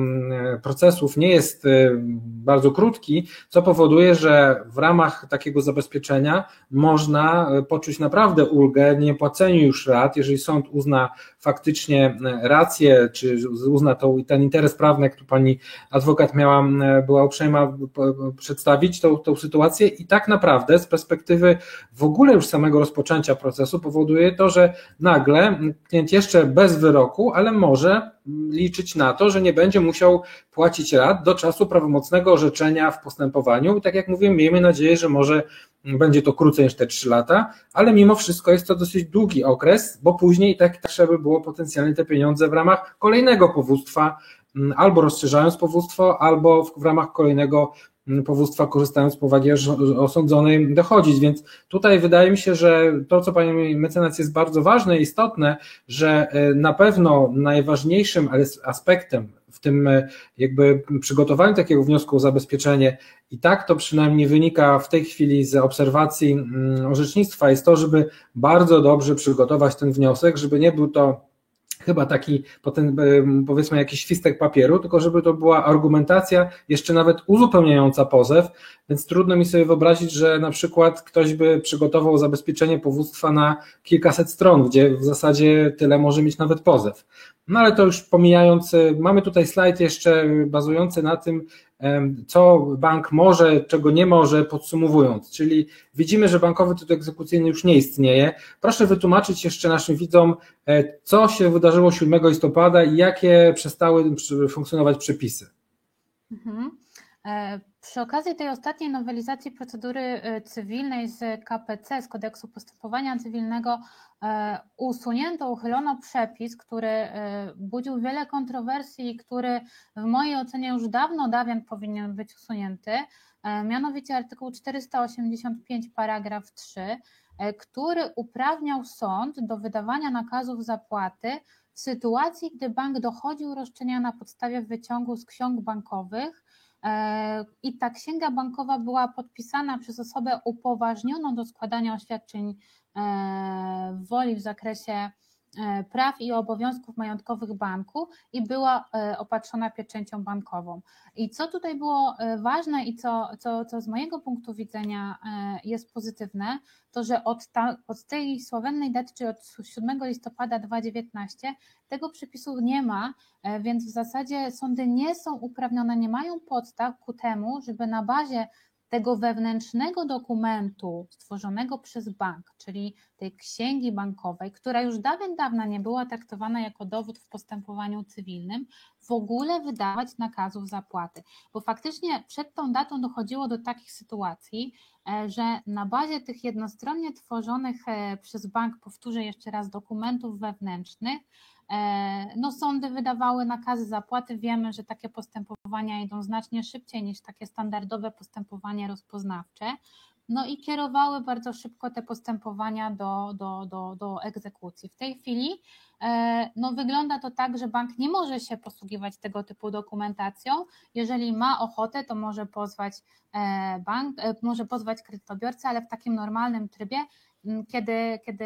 A: procesów nie jest bardzo krótki, co powoduje, że w ramach takiego zabezpieczenia można poczuć naprawdę ulgę w niepłaceniu już rat, jeżeli sąd uzna faktycznie rację, czy uzna to, ten interes prawny, który pani adwokat miała, była uprzejma przedstawić tą, tą sytuację i tak naprawdę z perspektywy w ogóle już samego rozpoczęcia procesu powoduje to, że nagle klient jeszcze bez wyroku, ale może liczyć na to, że nie będzie musiał płacić rat do czasu prawomocnego orzeczenia w postępowaniu i tak jak mówię, miejmy nadzieję, że może będzie to krócej niż te trzy lata, ale mimo wszystko jest to dosyć długi okres, bo później tak trzeba by było potencjalnie te pieniądze w ramach kolejnego powództwa albo rozszerzając powództwo, albo w ramach kolejnego powództwa korzystając z powagi osądzonej dochodzić, więc tutaj wydaje mi się, że to, co pani mecenas jest bardzo ważne i istotne, że na pewno najważniejszym aspektem w tym jakby przygotowaniu takiego wniosku o zabezpieczenie i tak to przynajmniej wynika w tej chwili z obserwacji orzecznictwa jest to, żeby bardzo dobrze przygotować ten wniosek, żeby nie był to chyba taki, powiedzmy jakiś świstek papieru, tylko żeby to była argumentacja jeszcze nawet uzupełniająca pozew, więc trudno mi sobie wyobrazić, że na przykład ktoś by przygotował zabezpieczenie powództwa na kilkaset stron, gdzie w zasadzie tyle może mieć nawet pozew. No ale to już pomijając, mamy tutaj slajd jeszcze bazujący na tym, co bank może, czego nie może, podsumowując, czyli widzimy, że bankowy tytuł egzekucyjny już nie istnieje. Proszę wytłumaczyć jeszcze naszym widzom, co się wydarzyło siódmego listopada i jakie przestały funkcjonować przepisy. Mhm.
B: Przy okazji tej ostatniej nowelizacji procedury cywilnej z K P C, z Kodeksu Postępowania Cywilnego, usunięto, uchylono przepis, który budził wiele kontrowersji i który w mojej ocenie już dawno, dawien powinien być usunięty, mianowicie artykuł czterysta osiemdziesiąt pięć paragraf trzy, który uprawniał sąd do wydawania nakazów zapłaty w sytuacji, gdy bank dochodził roszczenia na podstawie wyciągu z ksiąg bankowych i ta księga bankowa była podpisana przez osobę upoważnioną do składania oświadczeń woli w zakresie praw i obowiązków majątkowych banku i była opatrzona pieczęcią bankową. I co tutaj było ważne i co, co, co z mojego punktu widzenia jest pozytywne, to że od, ta, od tej sławetnej daty, czyli od siódmego listopada dwa tysiące dziewiętnastego tego przepisu nie ma, więc w zasadzie sądy nie są uprawnione, nie mają podstaw ku temu, żeby na bazie tego wewnętrznego dokumentu stworzonego przez bank, czyli tej księgi bankowej, która już dawien dawna nie była traktowana jako dowód w postępowaniu cywilnym, w ogóle wydawać nakazów zapłaty. Bo faktycznie przed tą datą dochodziło do takich sytuacji, że na bazie tych jednostronnie tworzonych przez bank, powtórzę jeszcze raz, dokumentów wewnętrznych, no sądy wydawały nakazy zapłaty. Wiemy, że takie postępowania idą znacznie szybciej niż takie standardowe postępowanie rozpoznawcze, no i kierowały bardzo szybko te postępowania do, do, do, do egzekucji. W tej chwili no wygląda to tak, że bank nie może się posługiwać tego typu dokumentacją. Jeżeli ma ochotę, to może pozwać bank, może pozwać kredytobiorcę, ale w takim normalnym trybie, kiedy, kiedy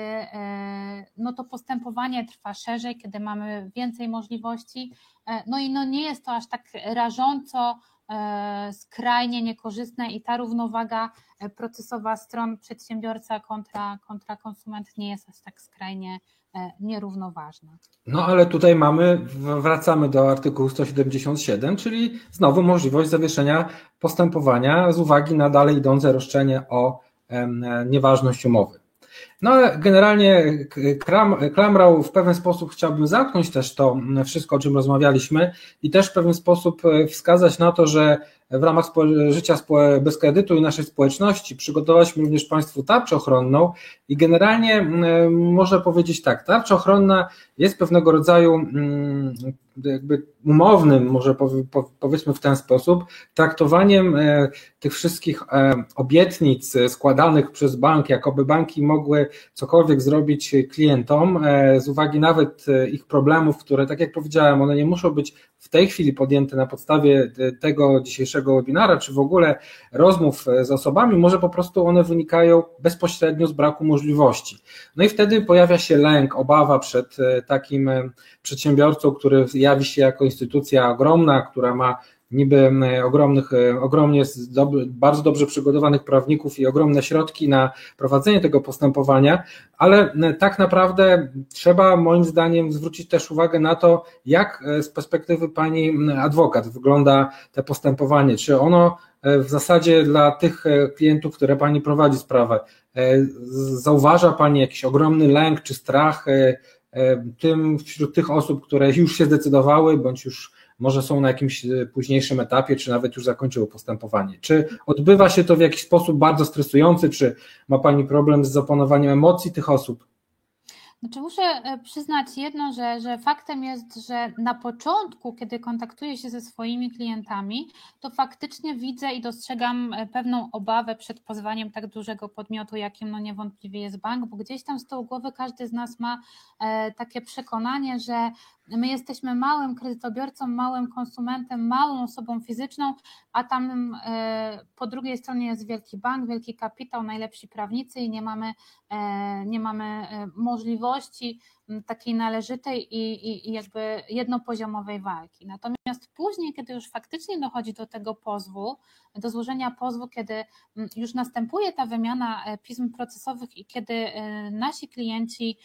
B: no to postępowanie trwa szerzej, kiedy mamy więcej możliwości, no i no nie jest to aż tak rażąco skrajnie niekorzystne i ta równowaga procesowa stron przedsiębiorca kontra, kontra konsument nie jest aż tak skrajnie nierównoważna.
A: No ale tutaj mamy, wracamy do artykułu sto siedemdziesiąt siedem, czyli znowu możliwość zawieszenia postępowania z uwagi na dalej idące roszczenie o nieważność umowy. No ale generalnie klamrą w pewien sposób chciałbym zamknąć też to wszystko, o czym rozmawialiśmy i też w pewien sposób wskazać na to, że w ramach życia bez kredytu i naszej społeczności przygotowaliśmy również Państwu tarczę ochronną i generalnie można powiedzieć tak, tarcza ochronna jest pewnego rodzaju jakby umownym, może powiedzmy w ten sposób, traktowaniem tych wszystkich obietnic składanych przez bank, jakoby banki mogły cokolwiek zrobić klientom z uwagi nawet ich problemów, które, tak jak powiedziałem, one nie muszą być w tej chwili podjęte na podstawie tego dzisiejszego webinara, czy w ogóle rozmów z osobami, może po prostu one wynikają bezpośrednio z braku możliwości. No i wtedy pojawia się lęk, obawa przed takim przedsiębiorcą, który jawi się jako instytucja ogromna, która ma niby ogromnych, ogromnie bardzo dobrze przygotowanych prawników i ogromne środki na prowadzenie tego postępowania, ale tak naprawdę trzeba moim zdaniem zwrócić też uwagę na to, jak z perspektywy pani adwokat wygląda to postępowanie, czy ono w zasadzie dla tych klientów, które pani prowadzi sprawę, zauważa pani jakiś ogromny lęk czy strach tym wśród tych osób, które już się zdecydowały, bądź już może są na jakimś późniejszym etapie, czy nawet już zakończyły postępowanie. Czy odbywa się to w jakiś sposób bardzo stresujący, czy ma pani problem z zapanowaniem emocji tych osób?
B: Znaczy muszę przyznać jedno, że, że faktem jest, że na początku, kiedy kontaktuję się ze swoimi klientami, to faktycznie widzę i dostrzegam pewną obawę przed pozwaniem tak dużego podmiotu, jakim no niewątpliwie jest bank, bo gdzieś tam z tyłu głowy każdy z nas ma takie przekonanie, że my jesteśmy małym kredytobiorcą, małym konsumentem, małą osobą fizyczną, a tam po drugiej stronie jest wielki bank, wielki kapitał, najlepsi prawnicy i nie mamy, nie mamy możliwości takiej należytej i, i, i jakby jednopoziomowej walki. Natomiast później, kiedy już faktycznie dochodzi do tego pozwu, do złożenia pozwu, kiedy już następuje ta wymiana pism procesowych i kiedy nasi klienci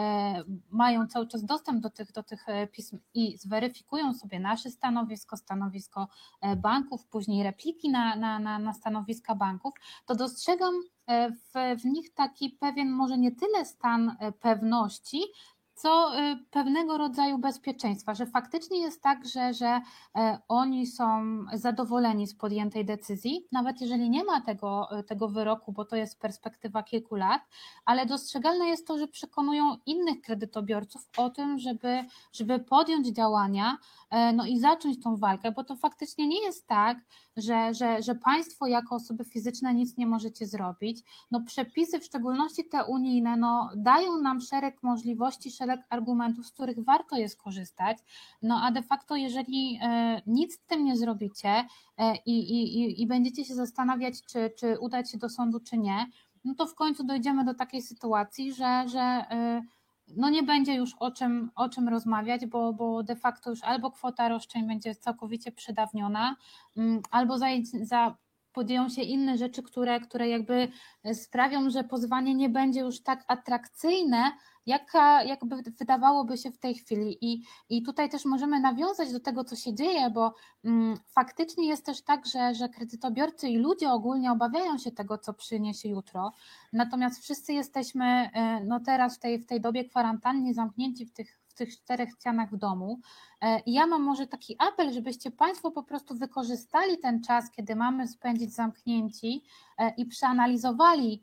B: mają cały czas dostęp do tych, do tych pism i zweryfikują sobie nasze stanowisko, stanowisko banków, później repliki na, na, na, na stanowiska banków, to dostrzegam w, w nich taki pewien może nie tyle stan pewności, co pewnego rodzaju bezpieczeństwa, że faktycznie jest tak, że, że oni są zadowoleni z podjętej decyzji, nawet jeżeli nie ma tego, tego wyroku, bo to jest perspektywa kilku lat, ale dostrzegalne jest to, że przekonują innych kredytobiorców o tym, żeby, żeby podjąć działania, no i zacząć tą walkę, bo to faktycznie nie jest tak, że, że, że państwo jako osoby fizyczne nic nie możecie zrobić. No przepisy, w szczególności te unijne, no dają nam szereg możliwości, szereg argumentów, z których warto jest korzystać, no a de facto jeżeli nic z tym nie zrobicie i, i, i będziecie się zastanawiać, czy, czy udać się do sądu, czy nie, no to w końcu dojdziemy do takiej sytuacji, że, że no nie będzie już o czym, o czym rozmawiać, bo, bo de facto już albo kwota roszczeń będzie całkowicie przedawniona, albo za, za podjęją się inne rzeczy, które, które jakby sprawią, że pozwanie nie będzie już tak atrakcyjne, jaka jakby wydawałoby się w tej chwili. I, i tutaj też możemy nawiązać do tego, co się dzieje, bo mm, faktycznie jest też tak, że, że kredytobiorcy i ludzie ogólnie obawiają się tego, co przyniesie jutro, natomiast wszyscy jesteśmy no teraz w tej, w tej dobie kwarantanny zamknięci w tych w tych czterech ścianach w domu. I ja mam może taki apel, żebyście Państwo po prostu wykorzystali ten czas, kiedy mamy spędzić zamknięci i przeanalizowali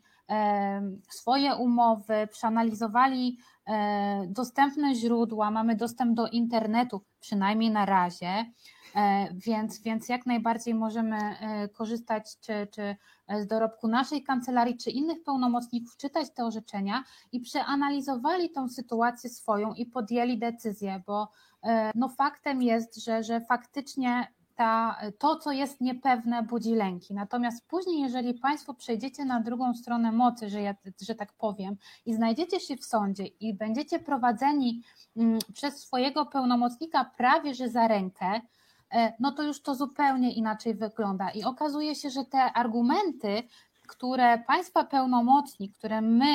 B: swoje umowy, przeanalizowali dostępne źródła, mamy dostęp do internetu, przynajmniej na razie, więc, więc jak najbardziej możemy korzystać czy, czy z dorobku naszej kancelarii, czy innych pełnomocników, czytać te orzeczenia i przeanalizowali tą sytuację swoją i podjęli decyzję, bo no faktem jest, że, że faktycznie ta, to, co jest niepewne, budzi lęki. Natomiast później, jeżeli Państwo przejdziecie na drugą stronę mocy, że, ja, że tak powiem, i znajdziecie się w sądzie i będziecie prowadzeni przez swojego pełnomocnika prawie że za rękę, no to już to zupełnie inaczej wygląda. I okazuje się, że te argumenty, które Państwa pełnomocnik, które my w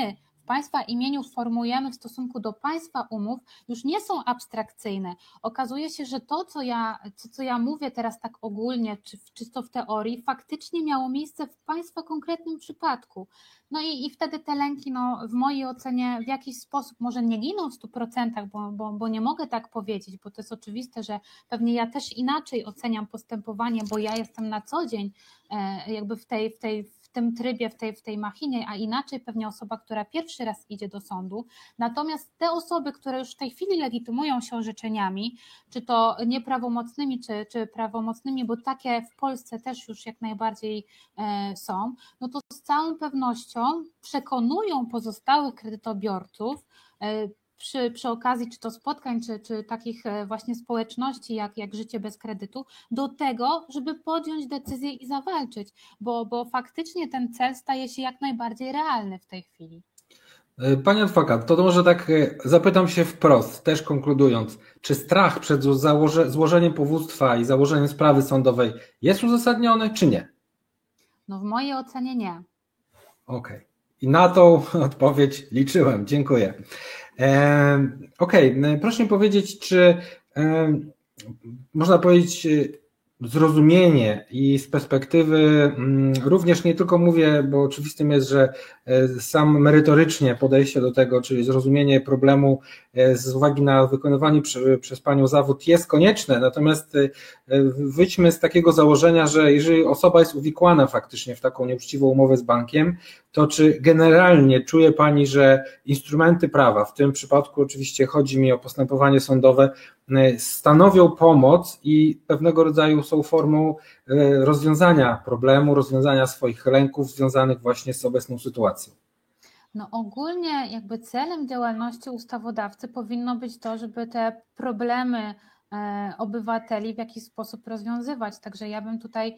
B: Państwa imieniu formułujemy w stosunku do Państwa umów, już nie są abstrakcyjne. Okazuje się, że to, co ja, co, co ja mówię teraz tak ogólnie, czy czysto w teorii, faktycznie miało miejsce w Państwa konkretnym przypadku. No i, i wtedy te lęki, no, w mojej ocenie w jakiś sposób może nie giną w stu procentach, bo, bo, bo nie mogę tak powiedzieć, bo to jest oczywiste, że pewnie ja też inaczej oceniam postępowanie, bo ja jestem na co dzień jakby w tej, w tej w tym trybie, w tej, w tej machinie, a inaczej pewnie osoba, która pierwszy raz idzie do sądu. Natomiast te osoby, które już w tej chwili legitymują się orzeczeniami, czy to nieprawomocnymi, czy, czy prawomocnymi, bo takie w Polsce też już jak najbardziej e, są, no to z całą pewnością przekonują pozostałych kredytobiorców e, Przy, przy okazji czy to spotkań, czy, czy takich właśnie społeczności jak, jak Życie bez kredytu, do tego, żeby podjąć decyzję i zawalczyć, bo, bo faktycznie ten cel staje się jak najbardziej realny w tej chwili.
A: Panie adwokat, to może tak zapytam się wprost, też konkludując, czy strach przed założe, złożeniem powództwa i założeniem sprawy sądowej jest uzasadniony, czy nie?
B: No w mojej ocenie nie.
A: Okej. Okay. I na tą odpowiedź liczyłem. Dziękuję. Okej, okay. Proszę mi powiedzieć, czy można powiedzieć zrozumienie i z perspektywy również nie tylko mówię, bo oczywistym jest, że sam merytorycznie podejście do tego, czyli zrozumienie problemu z uwagi na wykonywany przez Panią zawód jest konieczne, natomiast wyjdźmy z takiego założenia, że jeżeli osoba jest uwikłana faktycznie w taką nieuczciwą umowę z bankiem, to czy generalnie czuje Pani, że instrumenty prawa, w tym przypadku oczywiście chodzi mi o postępowanie sądowe, stanowią pomoc i pewnego rodzaju są formą rozwiązania problemu, rozwiązania swoich lęków związanych właśnie z obecną sytuacją?
B: No ogólnie jakby celem działalności ustawodawcy powinno być to, żeby te problemy obywateli w jakiś sposób rozwiązywać. Także ja bym tutaj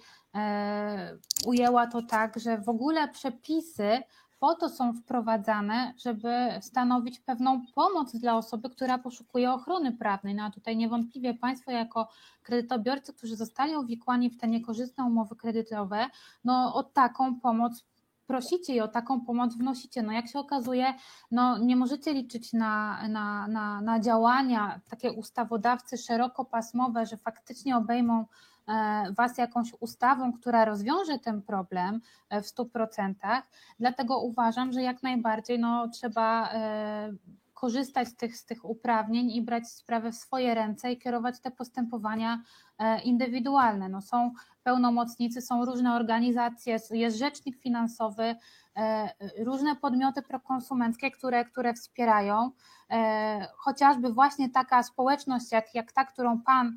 B: ujęła to tak, że w ogóle przepisy po to są wprowadzane, żeby stanowić pewną pomoc dla osoby, która poszukuje ochrony prawnej. No a tutaj niewątpliwie Państwo jako kredytobiorcy, którzy zostali uwikłani w te niekorzystne umowy kredytowe, no o taką pomoc prosicie i o taką pomoc wnosicie. No jak się okazuje, no nie możecie liczyć na, na, na, na działania takie ustawodawcy szerokopasmowe, że faktycznie obejmą Was jakąś ustawą, która rozwiąże ten problem w stu procentach. Dlatego uważam, że jak najbardziej no, trzeba korzystać z tych, z tych uprawnień i brać sprawę w swoje ręce i kierować te postępowania indywidualne. No, są pełnomocnicy, są różne organizacje, jest rzecznik finansowy, różne podmioty prokonsumenckie, które, które wspierają. Chociażby właśnie taka społeczność jak, jak ta, którą Pan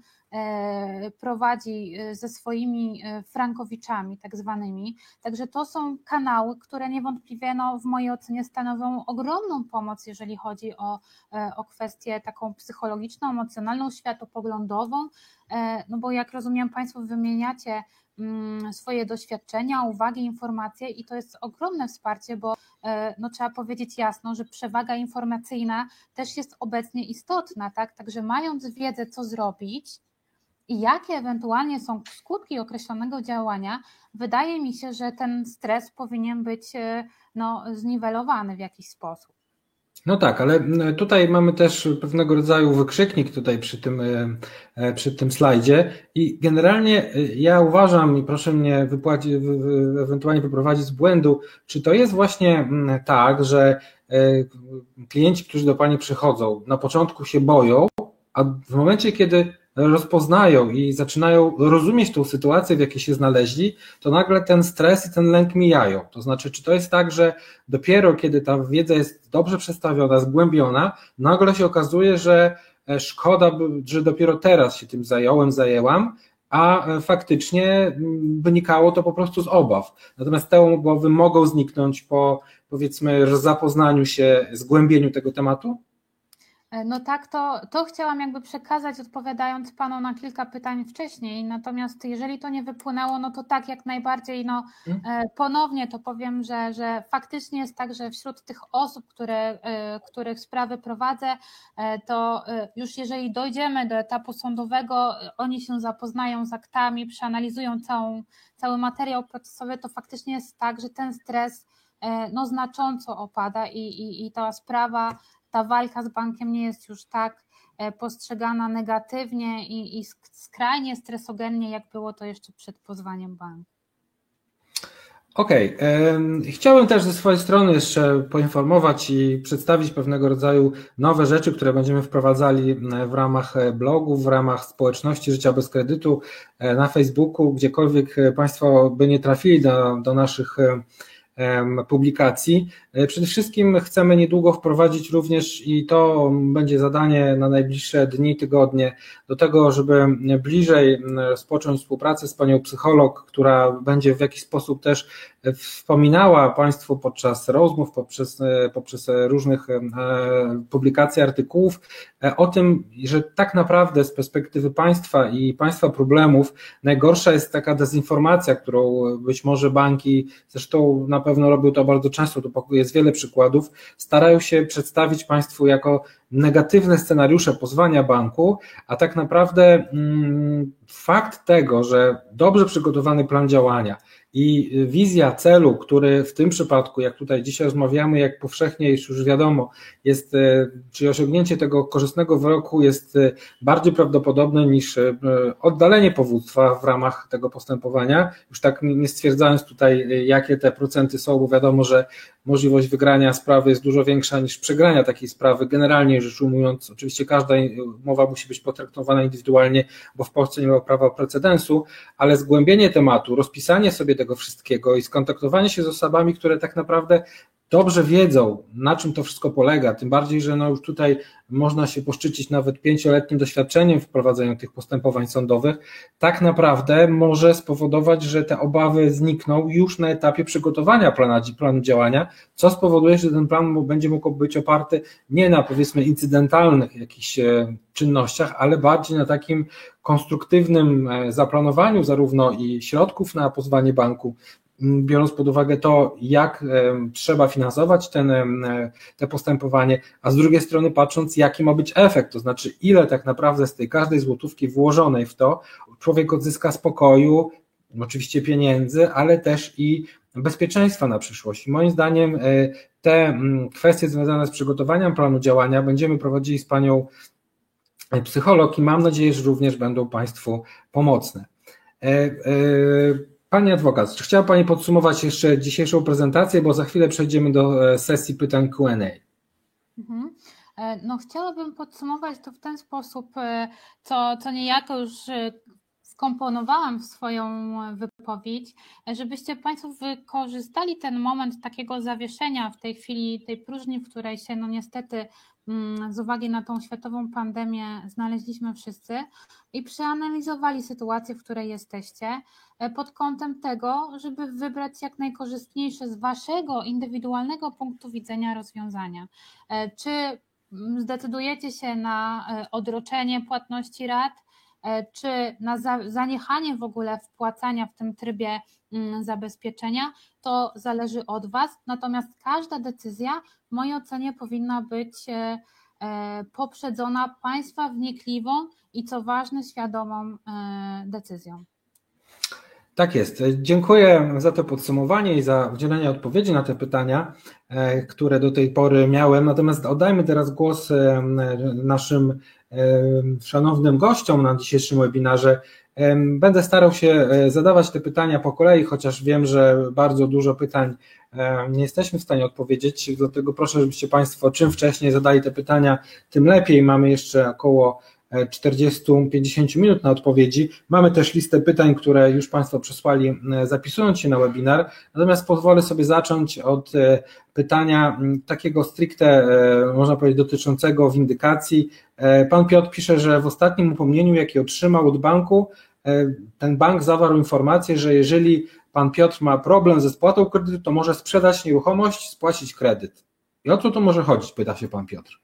B: prowadzi ze swoimi frankowiczami tak zwanymi. Także to są kanały, które niewątpliwie no, w mojej ocenie stanowią ogromną pomoc, jeżeli chodzi o, o kwestię taką psychologiczną, emocjonalną, światopoglądową, no bo jak rozumiem Państwo wymieniacie swoje doświadczenia, uwagi, informacje i to jest ogromne wsparcie, bo no, trzeba powiedzieć jasno, że przewaga informacyjna też jest obecnie istotna, tak? Także mając wiedzę, co zrobić i jakie ewentualnie są skutki określonego działania, wydaje mi się, że ten stres powinien być no, zniwelowany w jakiś sposób.
A: No tak, ale tutaj mamy też pewnego rodzaju wykrzyknik tutaj przy tym, przy tym slajdzie i generalnie ja uważam i proszę mnie wypłacić, ewentualnie wyprowadzić z błędu, czy to jest właśnie tak, że klienci, którzy do Pani przychodzą, na początku się boją, a w momencie, kiedy rozpoznają i zaczynają rozumieć tą sytuację, w jakiej się znaleźli, to nagle ten stres i ten lęk mijają. To znaczy, czy to jest tak, że dopiero kiedy ta wiedza jest dobrze przedstawiona, zgłębiona, nagle się okazuje, że szkoda, że dopiero teraz się tym zająłem, zajęłam, a faktycznie wynikało to po prostu z obaw. Natomiast te obawy mogą zniknąć po, powiedzmy, zapoznaniu się, zgłębieniu tego tematu?
B: No tak, to, to chciałam jakby przekazać, odpowiadając Panu na kilka pytań wcześniej, natomiast jeżeli to nie wypłynęło, no to tak, jak najbardziej, no ponownie to powiem, że, że faktycznie jest tak, że wśród tych osób, które, których sprawy prowadzę, to już jeżeli dojdziemy do etapu sądowego, oni się zapoznają z aktami, przeanalizują całą, cały materiał procesowy, to faktycznie jest tak, że ten stres no, znacząco opada i, i, i ta sprawa, ta walka z bankiem nie jest już tak postrzegana negatywnie i, i skrajnie stresogennie, jak było to jeszcze przed pozwaniem banku.
A: Okej, okay. Chciałem też ze swojej strony jeszcze poinformować i przedstawić pewnego rodzaju nowe rzeczy, które będziemy wprowadzali w ramach blogów, w ramach społeczności Życia bez kredytu na Facebooku, gdziekolwiek Państwo by nie trafili do, do naszych publikacji. Przede wszystkim chcemy niedługo wprowadzić również, i to będzie zadanie na najbliższe dni, tygodnie, do tego, żeby bliżej rozpocząć współpracę z panią psycholog, która będzie w jakiś sposób też wspominała Państwu podczas rozmów, poprzez, poprzez różnych publikacji, artykułów o tym, że tak naprawdę z perspektywy państwa i państwa problemów najgorsza jest taka dezinformacja, którą być może banki, zresztą na pewno robią to bardzo często, to jest wiele przykładów, starają się przedstawić Państwu jako negatywne scenariusze pozwania banku, a tak naprawdę mm, fakt tego, że dobrze przygotowany plan działania i wizja celu, który w tym przypadku, jak tutaj dzisiaj rozmawiamy, jak powszechnie już wiadomo, jest, czyli osiągnięcie tego korzystnego wyroku jest bardziej prawdopodobne niż oddalenie powództwa w ramach tego postępowania. Już tak nie stwierdzając tutaj, jakie te procenty są, bo wiadomo, że możliwość wygrania sprawy jest dużo większa niż przegrania takiej sprawy. Generalnie rzecz ujmując, oczywiście każda umowa musi być potraktowana indywidualnie, bo w Polsce nie ma prawa precedensu, ale zgłębienie tematu, rozpisanie sobie tego wszystkiego i skontaktowanie się z osobami, które tak naprawdę dobrze wiedzą, na czym to wszystko polega, tym bardziej, że no już tutaj można się poszczycić nawet pięcioletnim doświadczeniem w prowadzeniu tych postępowań sądowych, tak naprawdę może spowodować, że te obawy znikną już na etapie przygotowania planu, planu działania, co spowoduje, że ten plan będzie mógł być oparty nie na, powiedzmy, incydentalnych jakichś czynnościach, ale bardziej na takim konstruktywnym zaplanowaniu zarówno i środków na pozwanie banku, biorąc pod uwagę to, jak trzeba finansować ten, te postępowanie, a z drugiej strony patrząc, jaki ma być efekt, to znaczy ile tak naprawdę z tej każdej złotówki włożonej w to człowiek odzyska spokoju, oczywiście pieniędzy, ale też i bezpieczeństwa na przyszłość. I moim zdaniem te kwestie związane z przygotowaniem planu działania będziemy prowadzili z panią psycholog i mam nadzieję, że również będą Państwu pomocne. Pani adwokat, czy chciała Pani podsumować jeszcze dzisiejszą prezentację, bo za chwilę przejdziemy do sesji pytań Q and A.
B: Mhm. No, chciałabym podsumować to w ten sposób, co, co niejako już skomponowałam w swoją wypowiedź, żebyście Państwo wykorzystali ten moment takiego zawieszenia w tej chwili, tej próżni, w której się no niestety z uwagi na tą światową pandemię znaleźliśmy wszyscy i przeanalizowali sytuację, w której jesteście pod kątem tego, żeby wybrać jak najkorzystniejsze z Waszego indywidualnego punktu widzenia rozwiązania. Czy zdecydujecie się na odroczenie płatności rat, czy na zaniechanie w ogóle wpłacania w tym trybie zabezpieczenia, to zależy od Was, natomiast każda decyzja w mojej ocenie powinna być poprzedzona Państwa wnikliwą i co ważne świadomą decyzją.
A: Tak jest. Dziękuję za to podsumowanie i za udzielenie odpowiedzi na te pytania, które do tej pory miałem. Natomiast oddajmy teraz głos naszym szanownym gościom na dzisiejszym webinarze. Będę starał się zadawać te pytania po kolei, chociaż wiem, że bardzo dużo pytań nie jesteśmy w stanie odpowiedzieć, dlatego proszę, żebyście Państwo czym wcześniej zadali te pytania, tym lepiej. Mamy jeszcze około czterdzieści do pięćdziesięciu minut na odpowiedzi. Mamy też listę pytań, które już Państwo przesłali, zapisując się na webinar, natomiast pozwolę sobie zacząć od pytania takiego stricte, można powiedzieć, dotyczącego windykacji. Pan Piotr pisze, że w ostatnim upomnieniu, jakie otrzymał od banku, ten bank zawarł informację, że jeżeli Pan Piotr ma problem ze spłatą kredytu, to może sprzedać nieruchomość, spłacić kredyt. I o co tu może chodzić, pyta się Pan Piotr.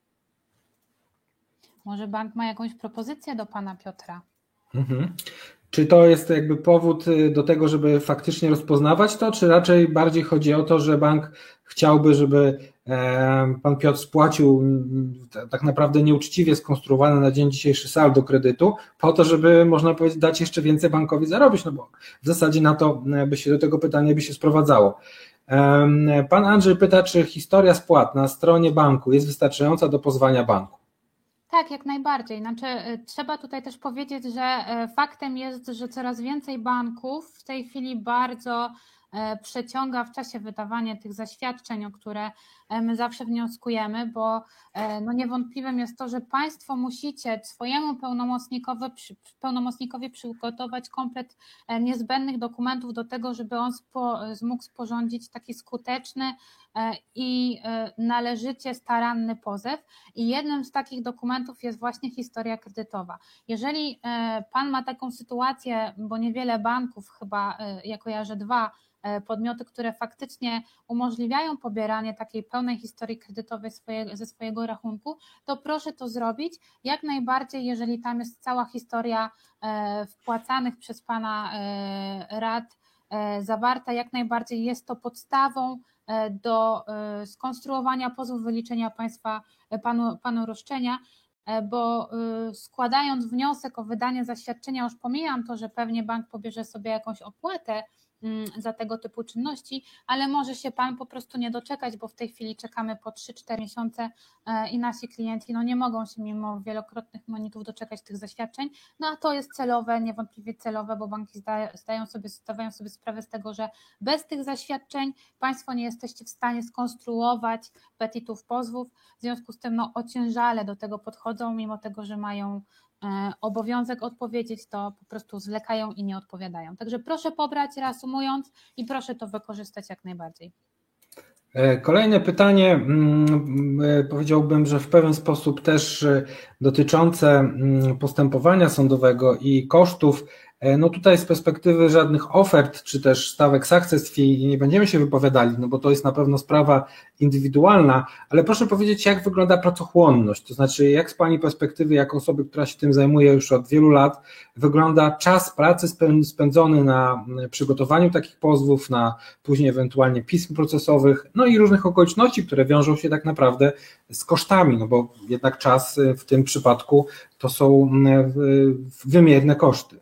B: Może bank ma jakąś propozycję do Pana Piotra?
A: Mhm. Czy to jest jakby powód do tego, żeby faktycznie rozpoznawać to, czy raczej bardziej chodzi o to, że bank chciałby, żeby Pan Piotr spłacił tak naprawdę nieuczciwie skonstruowane na dzień dzisiejszy saldo kredytu, po to, żeby, można powiedzieć, dać jeszcze więcej bankowi zarobić, no bo w zasadzie na to by się do tego pytania by się sprowadzało. Pan Andrzej pyta, czy historia spłat na stronie banku jest wystarczająca do pozwania banku?
B: Tak, jak najbardziej. Znaczy, trzeba tutaj też powiedzieć, że faktem jest, że coraz więcej banków w tej chwili bardzo przeciąga w czasie wydawanie tych zaświadczeń, o które my zawsze wnioskujemy, bo no niewątpliwym jest to, że Państwo musicie swojemu pełnomocnikowi, pełnomocnikowi przygotować komplet niezbędnych dokumentów do tego, żeby on spo, mógł sporządzić taki skuteczny i należycie staranny pozew. I jednym z takich dokumentów jest właśnie historia kredytowa. Jeżeli Pan ma taką sytuację, bo niewiele banków, chyba ja kojarzę dwa podmioty, które faktycznie umożliwiają pobieranie takiej pełnej historii kredytowej swoje, ze swojego rachunku, to proszę to zrobić. Jak najbardziej, jeżeli tam jest cała historia wpłacanych przez Pana rat zawarta, jak najbardziej jest to podstawą do skonstruowania pozwu wyliczenia państwa panu, panu roszczenia, bo składając wniosek o wydanie zaświadczenia, już pomijam to, że pewnie bank pobierze sobie jakąś opłatę za tego typu czynności, ale może się Pan po prostu nie doczekać, bo w tej chwili czekamy po trzy cztery miesiące i nasi klienci no nie mogą się mimo wielokrotnych monitów doczekać tych zaświadczeń, no a to jest celowe, niewątpliwie celowe, bo banki zdają sobie, zdawają sobie sprawę z tego, że bez tych zaświadczeń Państwo nie jesteście w stanie skonstruować petitów, pozwów, w związku z tym no ociężale do tego podchodzą, mimo tego, że mają obowiązek odpowiedzieć, to po prostu zwlekają i nie odpowiadają. Także proszę pobrać, reasumując, i proszę to wykorzystać jak najbardziej.
A: Kolejne pytanie, powiedziałbym, że w pewien sposób też dotyczące postępowania sądowego i kosztów. No tutaj z perspektywy żadnych ofert, czy też stawek success fee nie będziemy się wypowiadali, no bo to jest na pewno sprawa indywidualna, ale proszę powiedzieć, jak wygląda pracochłonność, to znaczy jak z Pani perspektywy, jako osoby, która się tym zajmuje już od wielu lat, wygląda czas pracy spędzony na przygotowaniu takich pozwów, na później ewentualnie pism procesowych, no i różnych okoliczności, które wiążą się tak naprawdę z kosztami, no bo jednak czas w tym przypadku to są wymierne koszty.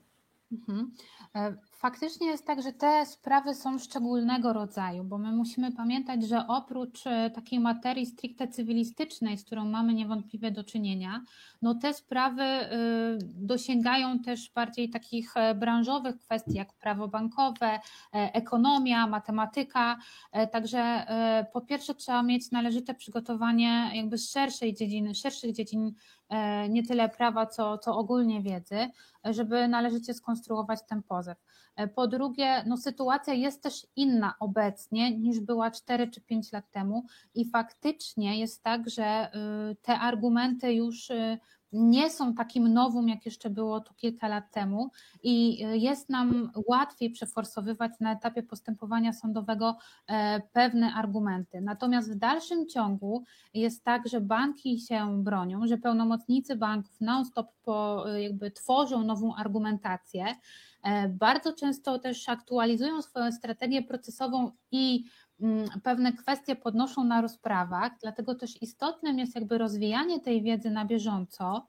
B: Faktycznie jest tak, że te sprawy są szczególnego rodzaju, bo my musimy pamiętać, że oprócz takiej materii stricte cywilistycznej, z którą mamy niewątpliwie do czynienia, no te sprawy dosięgają też bardziej takich branżowych kwestii, jak prawo bankowe, ekonomia, matematyka, także po pierwsze trzeba mieć należyte przygotowanie jakby z szerszej dziedziny, szerszych dziedzin, nie tyle prawa, co, co ogólnie wiedzy, żeby należycie skonstruować ten pozew. Po drugie, no sytuacja jest też inna obecnie niż była cztery czy pięć lat temu i faktycznie jest tak, że te argumenty już nie są takim nowum, jak jeszcze było to kilka lat temu i jest nam łatwiej przeforsowywać na etapie postępowania sądowego pewne argumenty. Natomiast w dalszym ciągu jest tak, że banki się bronią, że pełnomocnicy banków non-stop po, jakby tworzą nową argumentację, bardzo często też aktualizują swoją strategię procesową i pewne kwestie podnoszą na rozprawach, dlatego też istotnym jest jakby rozwijanie tej wiedzy na bieżąco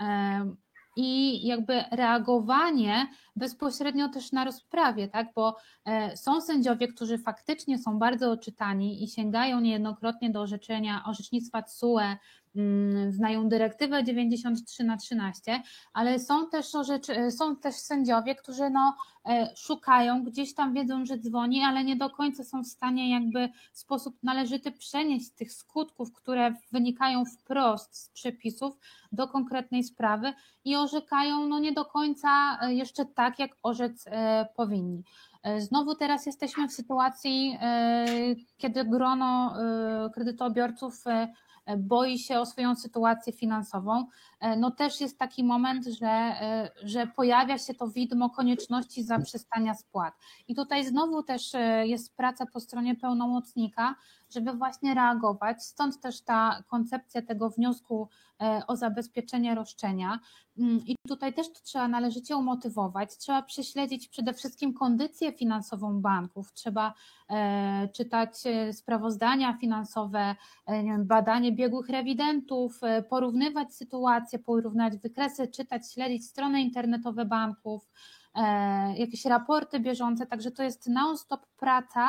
B: i jakby reagowanie bezpośrednio też na rozprawie, tak? Bo są sędziowie, którzy faktycznie są bardzo oczytani i sięgają niejednokrotnie do orzeczenia, orzecznictwa T S U E, znają dyrektywę dziewięćdziesiąt trzy na trzynaście, ale są też, orzeczy, są też sędziowie, którzy no, szukają, gdzieś tam wiedzą, że dzwoni, ale nie do końca są w stanie jakby w sposób należyty przenieść tych skutków, które wynikają wprost z przepisów do konkretnej sprawy i orzekają no nie do końca jeszcze tak, jak orzec powinni. Znowu teraz jesteśmy w sytuacji, kiedy grono kredytobiorców boi się o swoją sytuację finansową, no też jest taki moment, że, że pojawia się to widmo konieczności zaprzestania spłat. I tutaj znowu też jest praca po stronie pełnomocnika, żeby właśnie reagować, stąd też ta koncepcja tego wniosku o zabezpieczenie roszczenia. I tutaj też to trzeba należycie umotywować, trzeba prześledzić przede wszystkim kondycję finansową banków, trzeba czytać sprawozdania finansowe, nie wiem, badanie biegłych rewidentów, porównywać sytuacje, porównywać wykresy, czytać, śledzić strony internetowe banków, jakieś raporty bieżące, także to jest non-stop praca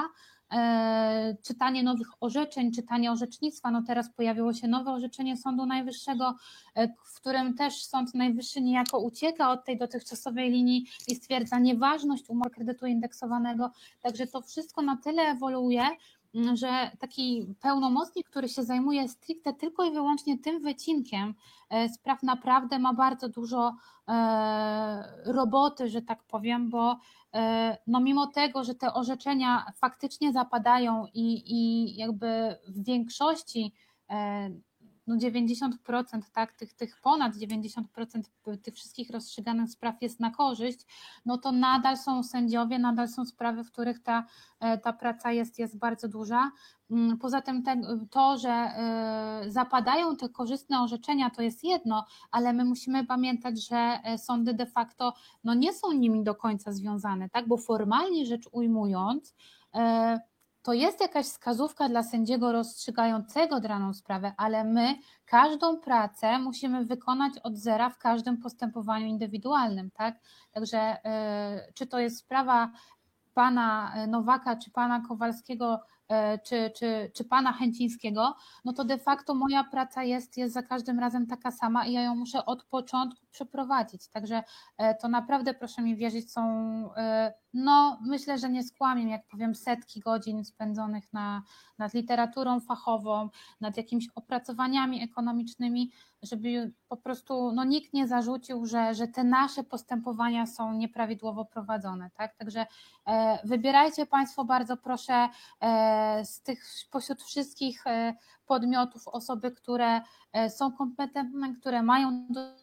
B: czytanie nowych orzeczeń, czytanie orzecznictwa. No teraz pojawiło się nowe orzeczenie Sądu Najwyższego, w którym też Sąd Najwyższy niejako ucieka od tej dotychczasowej linii i stwierdza nieważność umowy kredytu indeksowanego. Także to wszystko na tyle ewoluuje, że taki pełnomocnik, który się zajmuje stricte tylko i wyłącznie tym wycinkiem spraw, naprawdę ma bardzo dużo roboty, że tak powiem, bo no mimo tego, że te orzeczenia faktycznie zapadają i, i jakby w większości no dziewięćdziesiąt procent, tak, tych, tych ponad dziewięćdziesiąt procent tych wszystkich rozstrzyganych spraw jest na korzyść, no to nadal są sędziowie, nadal są sprawy, w których ta, ta praca jest, jest bardzo duża. Poza tym te, to, że zapadają te korzystne orzeczenia, to jest jedno, ale my musimy pamiętać, że sądy de facto no nie są nimi do końca związane, tak, bo formalnie rzecz ujmując, to jest jakaś wskazówka dla sędziego rozstrzygającego daną sprawę, ale my każdą pracę musimy wykonać od zera w każdym postępowaniu indywidualnym, tak? Także yy, czy to jest sprawa pana Nowaka, czy pana Kowalskiego, czy, czy, czy pana Chęcińskiego, no to de facto moja praca jest, jest za każdym razem taka sama i ja ją muszę od początku przeprowadzić. Także to naprawdę, proszę mi wierzyć, są, no myślę, że nie skłamię, jak powiem, setki godzin spędzonych na, nad literaturą fachową, nad jakimiś opracowaniami ekonomicznymi, żeby po prostu no, nikt nie zarzucił, że, że te nasze postępowania są nieprawidłowo prowadzone. Tak? Także e, wybierajcie Państwo bardzo proszę e, z tych pośród wszystkich e, podmiotów osoby, które e, są kompetentne, które mają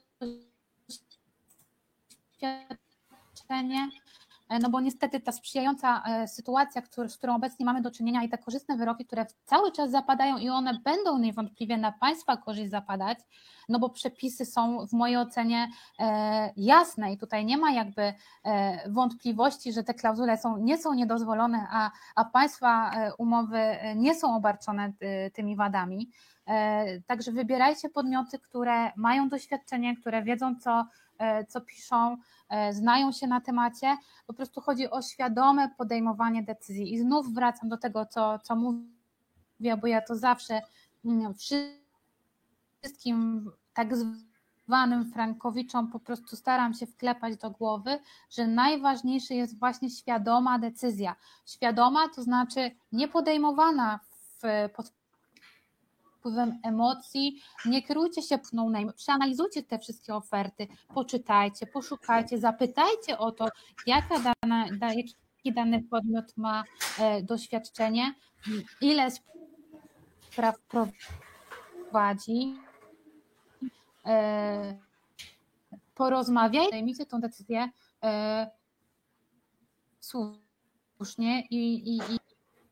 B: doświadczenie, no bo niestety ta sprzyjająca sytuacja, z którą obecnie mamy do czynienia i te korzystne wyroki, które cały czas zapadają i one będą niewątpliwie na Państwa korzyść zapadać, no bo przepisy są w mojej ocenie jasne i tutaj nie ma jakby wątpliwości, że te klauzule są, nie są niedozwolone, a, a Państwa umowy nie są obarczone tymi wadami. Także wybierajcie podmioty, które mają doświadczenie, które wiedzą, co, co piszą, znają się na temacie. Po prostu chodzi o świadome podejmowanie decyzji. I znów wracam do tego, co, co mówię, bo ja to zawsze wszystkim tak zwanym frankowiczom po prostu staram się wklepać do głowy, że najważniejsze jest właśnie świadoma decyzja. Świadoma to znaczy nie podejmowana w, pod wpływem emocji, nie kierujcie się no name, przeanalizujcie te wszystkie oferty, poczytajcie, poszukajcie, zapytajcie o to, jaka dana, da, jaki dany podmiot ma e, doświadczenie, ile spraw prowadzi, e, porozmawiajcie, zajmijcie tą decyzję e, słusznie i, i, i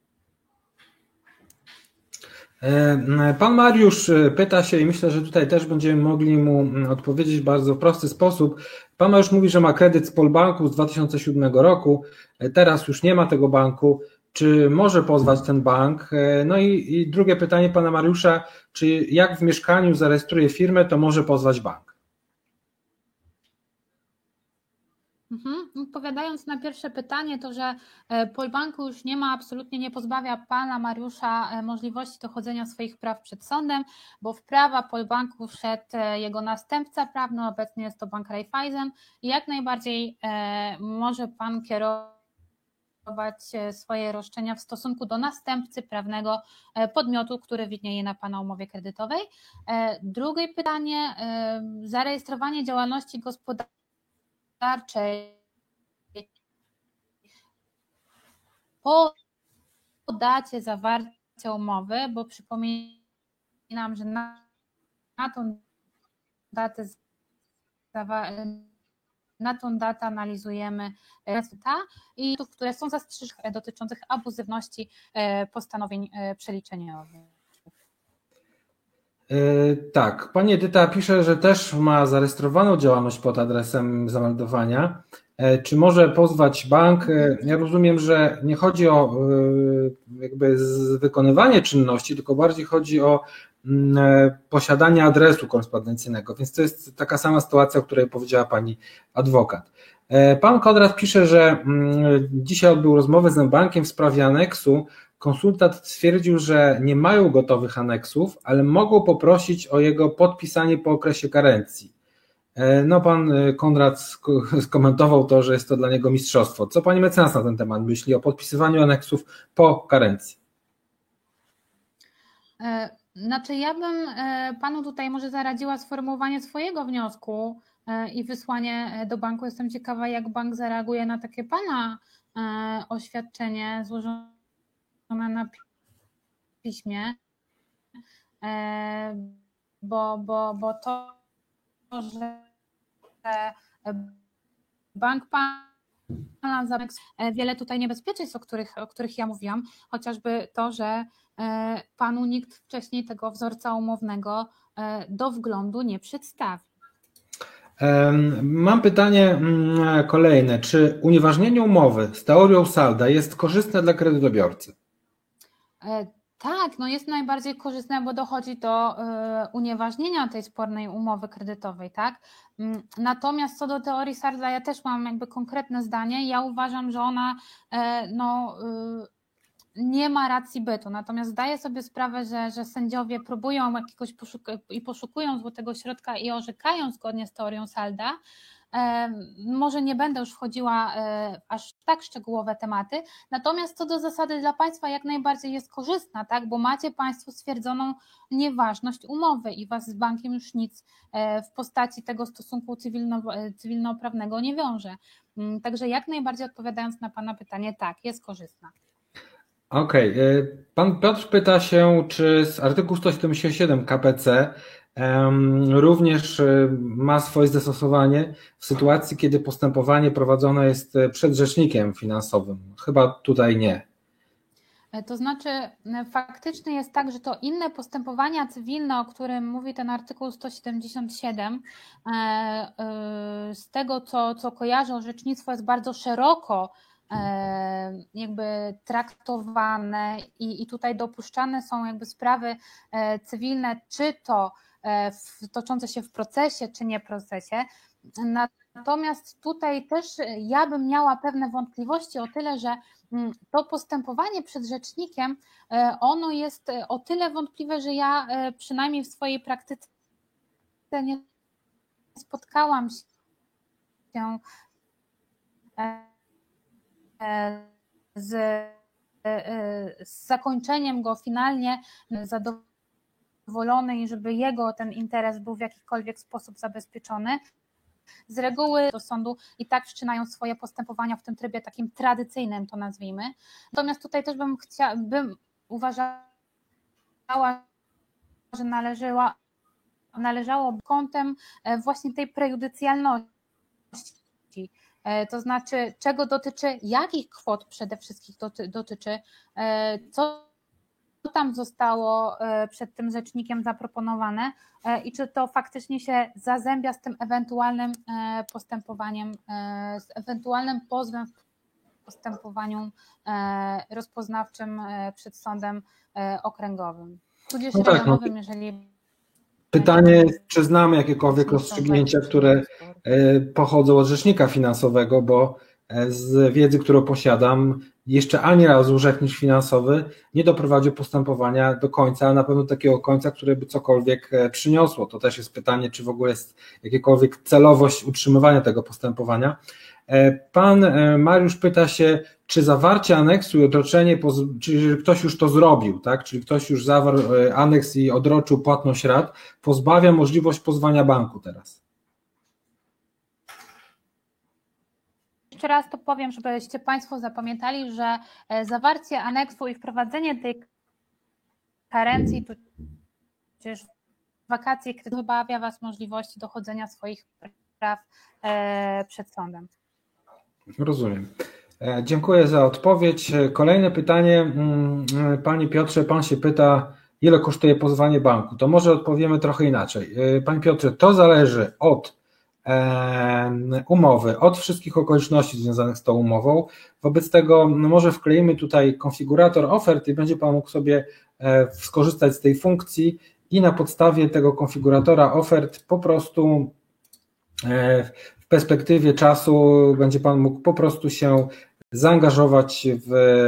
A: Pan Mariusz pyta się i myślę, że tutaj też będziemy mogli mu odpowiedzieć w bardzo prosty sposób. Pan Mariusz mówi, że ma kredyt z Polbanku z dwa tysiące siódmego roku, teraz już nie ma tego banku. Czy może pozwać ten bank? No i, i drugie pytanie pana Mariusza, czy jak w mieszkaniu zarejestruje firmę, to może pozwać bank?
B: Mhm. Odpowiadając na pierwsze pytanie, to że Polbanku już nie ma, absolutnie nie pozbawia pana Mariusza możliwości dochodzenia swoich praw przed sądem, bo w prawa Polbanku wszedł jego następca prawny, obecnie jest to bank Raiffeisen i jak najbardziej może pan kierować swoje roszczenia w stosunku do następcy prawnego podmiotu, który widnieje na pana umowie kredytowej. Drugie pytanie, zarejestrowanie działalności gospodarczej po dacie zawarcia umowy, bo przypominam, że na, na tą datę na tą datę analizujemy i które są zastrzeżone dotyczących abuzywności postanowień przeliczeniowych.
A: Tak, pani Edyta pisze, że też ma zarejestrowaną działalność pod adresem zameldowania. Czy może pozwać bank? Ja rozumiem, że nie chodzi o jakby wykonywanie czynności, tylko bardziej chodzi o posiadanie adresu korespondencyjnego, więc to jest taka sama sytuacja, o której powiedziała pani adwokat. Pan Konrad pisze, że dzisiaj odbył rozmowę z bankiem w sprawie aneksu. Konsultant stwierdził, że nie mają gotowych aneksów, ale mogą poprosić o jego podpisanie po okresie karencji. No pan Konrad skomentował to, że jest to dla niego mistrzostwo. Co pani mecenas na ten temat myśli o podpisywaniu aneksów po karencji?
B: Znaczy ja bym panu tutaj może zaradziła sformułowanie swojego wniosku i wysłanie do banku. Jestem ciekawa, jak bank zareaguje na takie pana oświadczenie złożone na piśmie, bo, bo, bo to, że bank pana za wiele tutaj niebezpieczeństw, o których, o których ja mówiłam, chociażby to, że panu nikt wcześniej tego wzorca umownego do wglądu nie przedstawi.
A: Mam pytanie kolejne. Czy unieważnienie umowy z teorią salda jest korzystne dla kredytobiorcy?
B: Tak, no jest najbardziej korzystne, bo dochodzi do unieważnienia tej spornej umowy kredytowej, tak? Natomiast co do teorii salda, ja też mam jakby konkretne zdanie. Ja uważam, że ona no, nie ma racji bytu, natomiast zdaję sobie sprawę, że, że sędziowie próbują jakiegoś poszuk- i poszukują złotego środka i orzekają zgodnie z teorią salda. Może nie będę już wchodziła aż w tak szczegółowe tematy, natomiast co do zasady dla państwa jak najbardziej jest korzystna, tak? Bo macie państwo stwierdzoną nieważność umowy i was z bankiem już nic w postaci tego stosunku cywilno, cywilnoprawnego nie wiąże. Także jak najbardziej odpowiadając na pana pytanie, tak, jest korzystna.
A: Okej, okay. Pan Piotr pyta się, czy z artykułu sto siedemdziesiąt siedem K P C um, również ma swoje zastosowanie w sytuacji, kiedy postępowanie prowadzone jest przed rzecznikiem finansowym. Chyba tutaj nie.
B: To znaczy faktycznie jest tak, że to inne postępowania cywilne, o którym mówi ten artykuł sto siedemdziesiąt siedem, z tego co, co kojarzę, orzecznictwo jest bardzo szeroko jakby traktowane i, i tutaj dopuszczane są jakby sprawy cywilne, czy to w, toczące się w procesie, czy nie procesie. Natomiast tutaj też ja bym miała pewne wątpliwości o tyle, że to postępowanie przed rzecznikiem, ono jest o tyle wątpliwe, że ja przynajmniej w swojej praktyce nie spotkałam się Z, z zakończeniem go finalnie zadowolony i żeby jego ten interes był w jakikolwiek sposób zabezpieczony. Z reguły do sądu i tak wszczynają swoje postępowania w tym trybie takim tradycyjnym, to nazwijmy. Natomiast tutaj też bym chciała, bym uważała, że należała, należało kątem właśnie tej prejudycjalności. To znaczy, czego dotyczy, jakich kwot przede wszystkim dotyczy, co tam zostało przed tym rzecznikiem zaproponowane i czy to faktycznie się zazębia z tym ewentualnym postępowaniem, z ewentualnym pozwem w postępowaniu rozpoznawczym przed sądem okręgowym, tudzież
A: no tak,
B: rejonowym,
A: no.
B: jeżeli...
A: Pytanie, czy znamy jakiekolwiek rozstrzygnięcia, które pochodzą od rzecznika finansowego, bo z wiedzy, którą posiadam, jeszcze ani razu rzecznik finansowy nie doprowadził postępowania do końca, a na pewno takiego końca, które by cokolwiek przyniosło. To też jest pytanie, czy w ogóle jest jakakolwiek celowość utrzymywania tego postępowania. Pan Mariusz pyta się, czy zawarcie aneksu i odroczenie, czy ktoś już to zrobił, tak? Czyli ktoś już zawarł aneks i odroczył płatność rat, pozbawia możliwość pozwania banku teraz.
B: Jeszcze raz to powiem, żebyście Państwo zapamiętali, że zawarcie aneksu i wprowadzenie tej karencji, tudzież wakacji kredytu pozbawia Was możliwości dochodzenia swoich praw przed sądem.
A: Rozumiem. Dziękuję za odpowiedź. Kolejne pytanie. Panie Piotrze, Pan się pyta, ile kosztuje pozwanie banku. To może odpowiemy trochę inaczej. Panie Piotrze, to zależy od umowy, od wszystkich okoliczności związanych z tą umową. Wobec tego no może wkleimy tutaj konfigurator ofert i będzie Pan mógł sobie skorzystać z tej funkcji i na podstawie tego konfiguratora ofert po prostu w perspektywie czasu będzie Pan mógł po prostu się zaangażować w,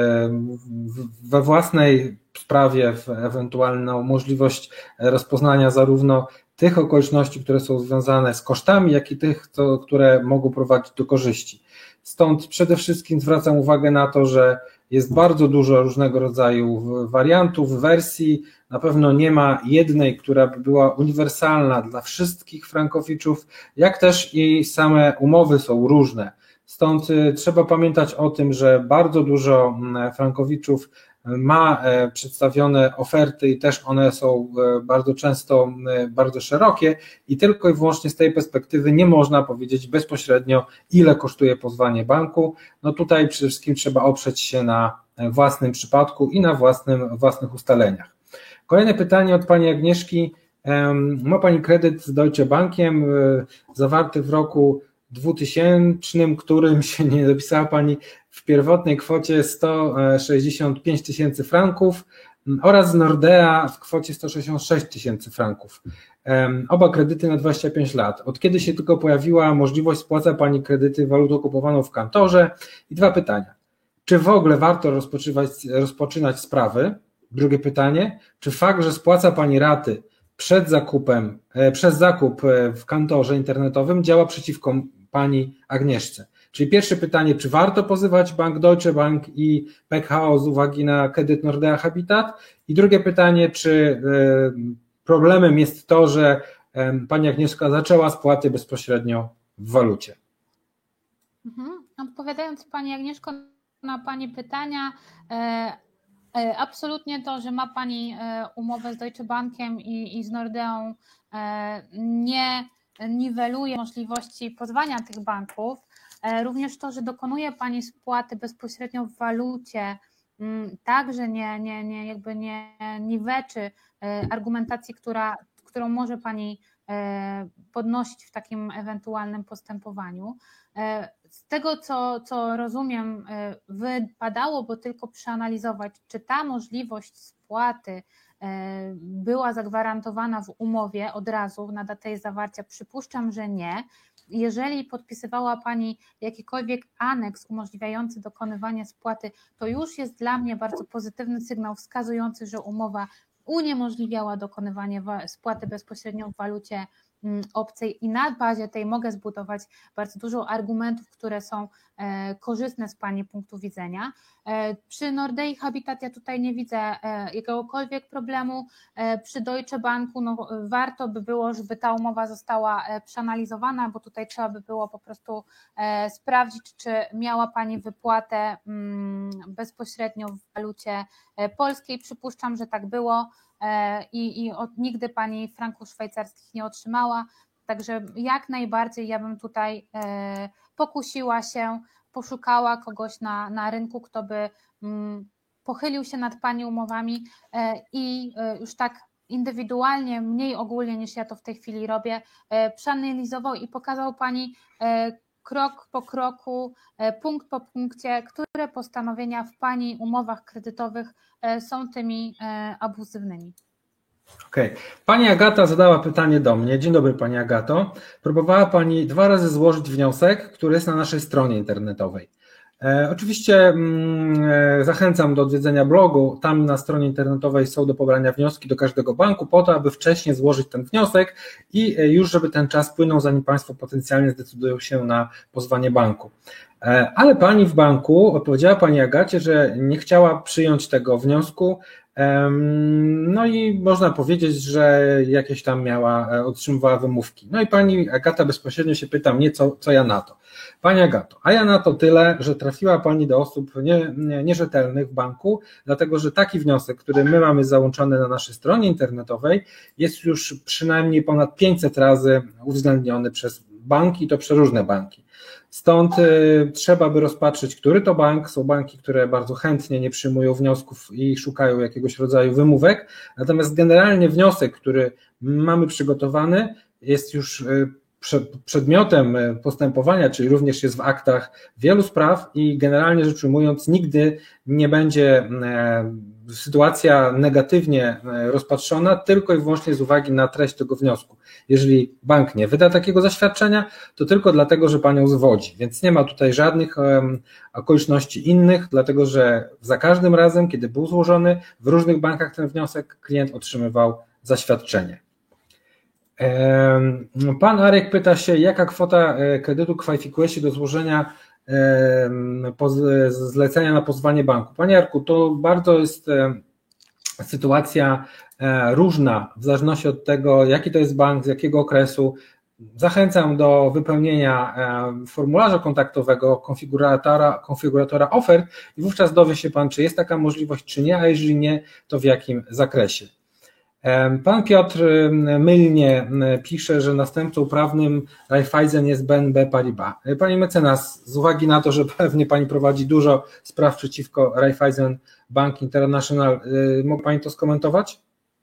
A: w, we własnej sprawie, w ewentualną możliwość rozpoznania zarówno tych okoliczności, które są związane z kosztami, jak i tych, co, które mogą prowadzić do korzyści. Stąd przede wszystkim zwracam uwagę na to, że jest bardzo dużo różnego rodzaju wariantów, wersji. Na pewno nie ma jednej, która by była uniwersalna dla wszystkich frankowiczów, jak też i same umowy są różne. Stąd trzeba pamiętać o tym, że bardzo dużo frankowiczów ma przedstawione oferty i też one są bardzo często bardzo szerokie i tylko i wyłącznie z tej perspektywy nie można powiedzieć bezpośrednio, ile kosztuje pozwanie banku. No tutaj przede wszystkim trzeba oprzeć się na własnym przypadku i na własnym, własnych ustaleniach. Kolejne pytanie od Pani Agnieszki. Ma Pani kredyt z Deutsche Bankiem zawarty w roku dwutysięcznym, którym się nie dopisała Pani w pierwotnej kwocie sto sześćdziesiąt pięć tysięcy franków oraz z Nordea w kwocie sto sześćdziesiąt sześć tysięcy franków. Oba kredyty na dwadzieścia pięć lat. Od kiedy się tylko pojawiła możliwość spłaca Pani kredyty walutą kupowaną w kantorze? I dwa pytania. Czy w ogóle warto rozpoczynać, rozpoczynać sprawy? Drugie pytanie. Czy fakt, że spłaca Pani raty przed zakupem, przez zakup w kantorze internetowym działa przeciwko Pani Agnieszce? Czyli pierwsze pytanie, czy warto pozywać bank Deutsche Bank i P K O z uwagi na kredyt Nordea Habitat? I drugie pytanie, czy problemem jest to, że Pani Agnieszka zaczęła spłaty bezpośrednio w walucie?
B: Mhm. Odpowiadając Pani Agnieszko na Pani pytania, absolutnie to, że ma Pani umowę z Deutsche Bankiem i, i z Nordeą, nie niweluje możliwości pozwania tych banków. Również to, że dokonuje Pani spłaty bezpośrednio w walucie, także nie, nie, nie, jakby nie niweczy argumentacji, która, którą może Pani podnosić w takim ewentualnym postępowaniu. Z tego, co, co rozumiem, wypadałoby tylko przeanalizować, czy ta możliwość spłaty była zagwarantowana w umowie od razu na datę jej zawarcia. Przypuszczam, że nie. Jeżeli podpisywała Pani jakikolwiek aneks umożliwiający dokonywanie spłaty, to już jest dla mnie bardzo pozytywny sygnał wskazujący, że umowa uniemożliwiała dokonywanie spłaty bezpośrednio w walucie obcej i na bazie tej mogę zbudować bardzo dużo argumentów, które są korzystne z Pani punktu widzenia. Przy Nordei Habitat ja tutaj nie widzę jakiegokolwiek problemu. Przy Deutsche Banku no, warto by było, żeby ta umowa została przeanalizowana, bo tutaj trzeba by było po prostu sprawdzić, czy miała Pani wypłatę bezpośrednio w walucie polskiej. Przypuszczam, że tak było. I, i od, nigdy Pani franków szwajcarskich nie otrzymała, także jak najbardziej ja bym tutaj e, pokusiła się, poszukała kogoś na, na rynku, kto by mm, pochylił się nad Pani umowami e, i e, już tak indywidualnie, mniej ogólnie niż ja to w tej chwili robię, e, przeanalizował i pokazał Pani e, krok po kroku, punkt po punkcie, które postanowienia w Pani umowach kredytowych są tymi abuzywnymi.
A: Okej. Okay. Pani Agata zadała pytanie do mnie. Dzień dobry Pani Agato. Próbowała Pani dwa razy złożyć wniosek, który jest na naszej stronie internetowej. E, oczywiście mm, zachęcam do odwiedzenia blogu. Tam na stronie internetowej są do pobrania wnioski do każdego banku po to, aby wcześniej złożyć ten wniosek i już żeby ten czas płynął, zanim Państwo potencjalnie zdecydują się na pozwanie banku. E, ale Pani w banku odpowiedziała Pani Agacie, że nie chciała przyjąć tego wniosku. No i można powiedzieć, że jakieś tam miała, otrzymywała wymówki. No i Pani Agata bezpośrednio się pyta mnie, co, co ja na to. Pani Agato, a ja na to tyle, że trafiła Pani do osób nie, nie, nierzetelnych w banku, dlatego że taki wniosek, który my mamy załączony na naszej stronie internetowej, jest już przynajmniej ponad pięćset razy uwzględniony przez banki, to przeróżne banki. Stąd y, trzeba by rozpatrzyć, który to bank. Są banki, które bardzo chętnie nie przyjmują wniosków i szukają jakiegoś rodzaju wymówek, natomiast generalnie wniosek, który mamy przygotowany, jest już y, przedmiotem postępowania, czyli również jest w aktach wielu spraw i generalnie rzecz ujmując nigdy nie będzie sytuacja negatywnie rozpatrzona tylko i wyłącznie z uwagi na treść tego wniosku. Jeżeli bank nie wyda takiego zaświadczenia, to tylko dlatego, że panią zwodzi, więc nie ma tutaj żadnych okoliczności innych, dlatego że za każdym razem, kiedy był złożony w różnych bankach ten wniosek, klient otrzymywał zaświadczenie. Pan Arek pyta się, jaka kwota kredytu kwalifikuje się do złożenia zlecenia na pozwanie banku. Panie Arku, to bardzo jest sytuacja różna w zależności od tego, jaki to jest bank, z jakiego okresu. Zachęcam do wypełnienia formularza kontaktowego, konfiguratora, konfiguratora ofert i wówczas dowie się Pan, czy jest taka możliwość, czy nie, a jeżeli nie, to w jakim zakresie. Pan Piotr mylnie pisze, że następcą prawnym Raiffeisen jest B N P Paribas. Pani mecenas, z uwagi na to, że pewnie Pani prowadzi dużo spraw przeciwko Raiffeisen Bank International, mógł Pani to skomentować?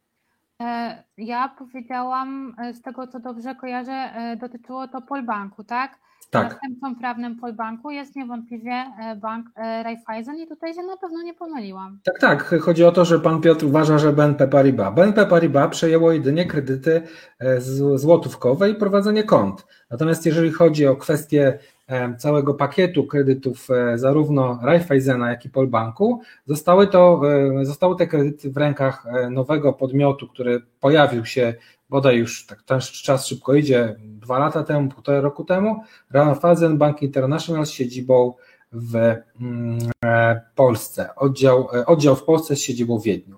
B: Ja powiedziałam, z tego co dobrze kojarzę, dotyczyło to Polbanku, tak?
A: Tak.
B: Następcą prawnym Polbanku jest niewątpliwie bank Raiffeisen i tutaj się na pewno nie pomyliłam.
A: Tak, tak. Chodzi o to, że pan Piotr uważa, że B N P Paribas. B N P Paribas przejęło jedynie kredyty złotówkowe i prowadzenie kont. Natomiast jeżeli chodzi o kwestię całego pakietu kredytów zarówno Raiffeisena, jak i Polbanku, zostały, to, zostały te kredyty w rękach nowego podmiotu, który pojawił się bodaj już tak ten czas szybko idzie, dwa lata temu, półtora roku temu, Raiffeisen Bank International z siedzibą w Polsce, oddział, oddział w Polsce z siedzibą w Wiedniu.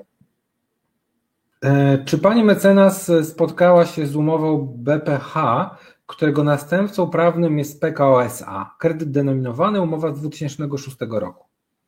A: Czy pani mecenas spotkała się z umową B P H, którego następcą prawnym jest P K O S A, kredyt denominowany, umowa z dwa tysiące szóstego roku?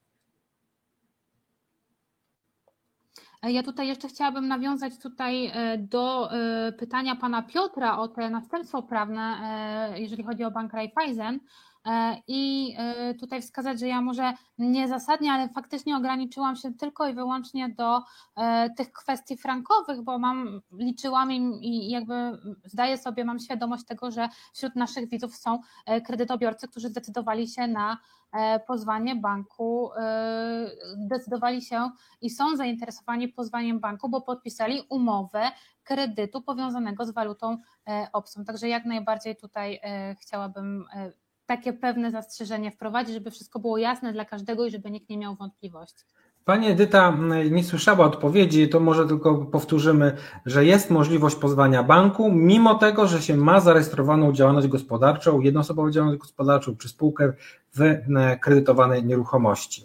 B: Ja tutaj jeszcze chciałabym nawiązać tutaj do pytania pana Piotra o te następstwo prawne, jeżeli chodzi o bank Raiffeisen, i tutaj wskazać, że ja może niezasadnie, ale faktycznie ograniczyłam się tylko i wyłącznie do tych kwestii frankowych, bo mam, liczyłam i jakby zdaję sobie, mam świadomość tego, że wśród naszych widzów są kredytobiorcy, którzy zdecydowali się na pozwanie banku, zdecydowali się i są zainteresowani pozwaniem banku, bo podpisali umowę kredytu powiązanego z walutą obcą. Także jak najbardziej tutaj chciałabym takie pewne zastrzeżenie wprowadzić, żeby wszystko było jasne dla każdego i żeby nikt nie miał wątpliwości.
A: Pani Edyta nie słyszała odpowiedzi, to może tylko powtórzymy, że jest możliwość pozwania banku, mimo tego, że się ma zarejestrowaną działalność gospodarczą, jednoosobową działalność gospodarczą czy spółkę w kredytowanej nieruchomości.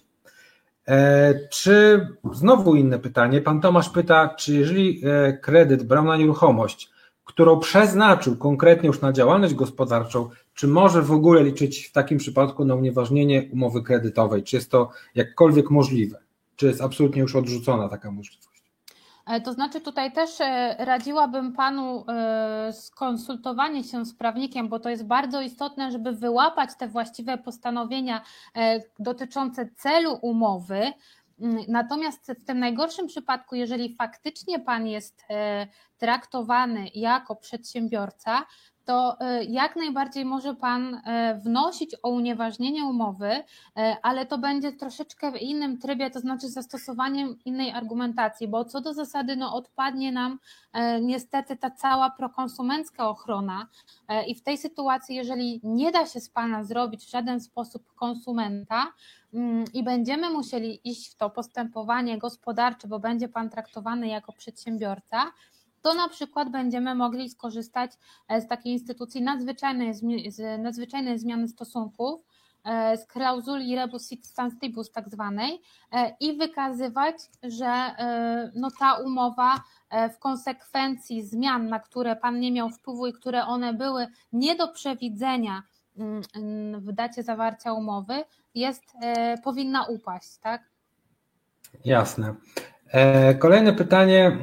A: Czy, znowu inne pytanie, pan Tomasz pyta, czy jeżeli kredyt brał na nieruchomość, którą przeznaczył konkretnie już na działalność gospodarczą, czy może w ogóle liczyć w takim przypadku na unieważnienie umowy kredytowej? Czy jest to jakkolwiek możliwe? Czy jest absolutnie już odrzucona taka możliwość?
B: To znaczy tutaj też radziłabym panu skonsultowanie się z prawnikiem, bo to jest bardzo istotne, żeby wyłapać te właściwe postanowienia dotyczące celu umowy. Natomiast w tym najgorszym przypadku, jeżeli faktycznie pan jest traktowany jako przedsiębiorca, to jak najbardziej może pan wnosić o unieważnienie umowy, ale to będzie troszeczkę w innym trybie, to znaczy zastosowaniem innej argumentacji, bo co do zasady no odpadnie nam niestety ta cała prokonsumencka ochrona i w tej sytuacji, jeżeli nie da się z pana zrobić w żaden sposób konsumenta i będziemy musieli iść w to postępowanie gospodarcze, bo będzie pan traktowany jako przedsiębiorca, to na przykład będziemy mogli skorzystać z takiej instytucji nadzwyczajnej, z nadzwyczajnej zmiany stosunków, z klauzuli rebus sic stantibus tak zwanej i wykazywać, że no ta umowa w konsekwencji zmian, na które pan nie miał wpływu i które one były nie do przewidzenia w dacie zawarcia umowy, jest, powinna upaść, tak?
A: Jasne. Kolejne pytanie.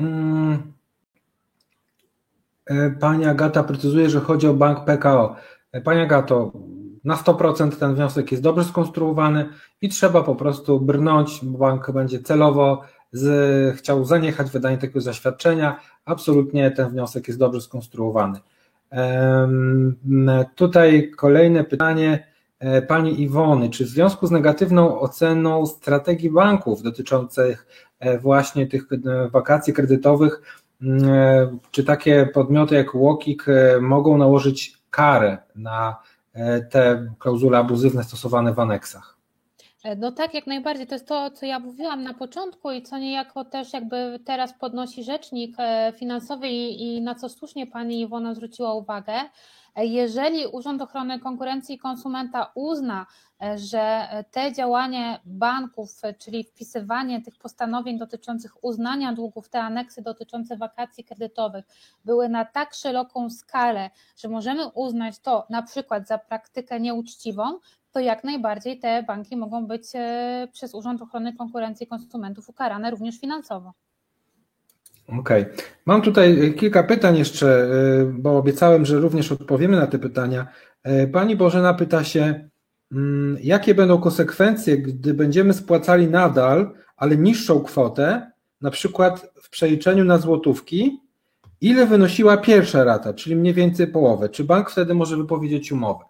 A: Pani Agata precyzuje, że chodzi o bank P K O. Pani Agato, na sto procent ten wniosek jest dobrze skonstruowany i trzeba po prostu brnąć, bo bank będzie celowo z, chciał zaniechać wydania takiego zaświadczenia. Absolutnie ten wniosek jest dobrze skonstruowany. Um, tutaj kolejne pytanie. pani Iwony, czy w związku z negatywną oceną strategii banków dotyczących właśnie tych wakacji kredytowych, czy takie podmioty jak UOKiK mogą nałożyć karę na te klauzule abuzywne stosowane w aneksach?
B: No tak, jak najbardziej. To jest to, co ja mówiłam na początku i co niejako też jakby teraz podnosi rzecznik finansowy i, i na co słusznie pani Iwona zwróciła uwagę. Jeżeli Urząd Ochrony Konkurencji i Konsumenta uzna, że te działanie banków, czyli wpisywanie tych postanowień dotyczących uznania długów, te aneksy dotyczące wakacji kredytowych były na tak szeroką skalę, że możemy uznać to na przykład za praktykę nieuczciwą, to jak najbardziej te banki mogą być przez Urząd Ochrony Konkurencji i Konsumentów ukarane również finansowo.
A: Okej. Okay. Mam tutaj kilka pytań jeszcze, bo obiecałem, że również odpowiemy na te pytania. Pani Bożena pyta się, jakie będą konsekwencje, gdy będziemy spłacali nadal, ale niższą kwotę, na przykład w przeliczeniu na złotówki, ile wynosiła pierwsza rata, czyli mniej więcej połowę. Czy bank wtedy może wypowiedzieć umowę?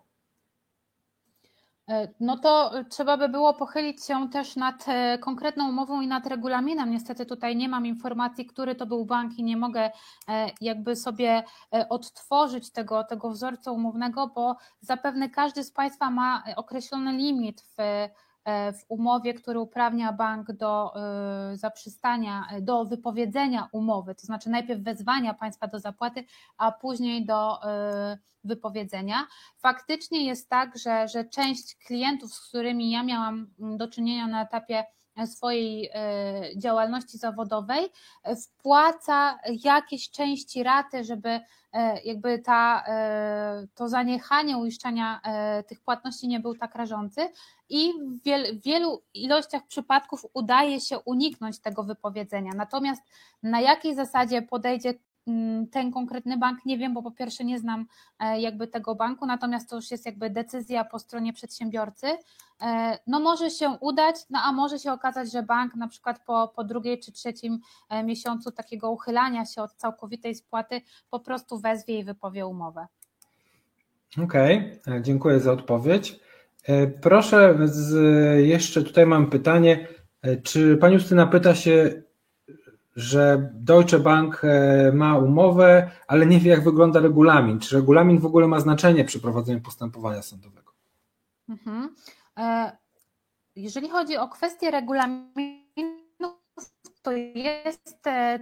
B: No to trzeba by było pochylić się też nad konkretną umową i nad regulaminem. Niestety tutaj nie mam informacji, który to był bank i nie mogę jakby sobie odtworzyć tego, tego wzorca umownego, bo zapewne każdy z Państwa ma określony limit w w umowie, który uprawnia bank do zaprzestania, do wypowiedzenia umowy, to znaczy najpierw wezwania Państwa do zapłaty, a później do wypowiedzenia. Faktycznie jest tak, że, że część klientów, z którymi ja miałam do czynienia na etapie swojej działalności zawodowej, wpłaca jakieś części raty, żeby jakby ta, to zaniechanie uiszczania tych płatności nie był tak rażący i w wiel, wielu ilościach przypadków udaje się uniknąć tego wypowiedzenia. Natomiast na jakiej zasadzie podejdzie ten konkretny bank, nie wiem, bo po pierwsze nie znam jakby tego banku, natomiast to już jest jakby decyzja po stronie przedsiębiorcy. No może się udać, no a może się okazać, że bank na przykład po, po drugiej czy trzecim miesiącu takiego uchylania się od całkowitej spłaty po prostu wezwie i wypowie umowę.
A: Okej, okay, dziękuję za odpowiedź. Proszę, z, jeszcze tutaj mam pytanie, czy pani Justyna pyta się, że Deutsche Bank ma umowę, ale nie wie, jak wygląda regulamin. Czy regulamin w ogóle ma znaczenie przy prowadzeniu postępowania sądowego?
B: Mhm. Jeżeli chodzi o kwestię regulaminu, to jest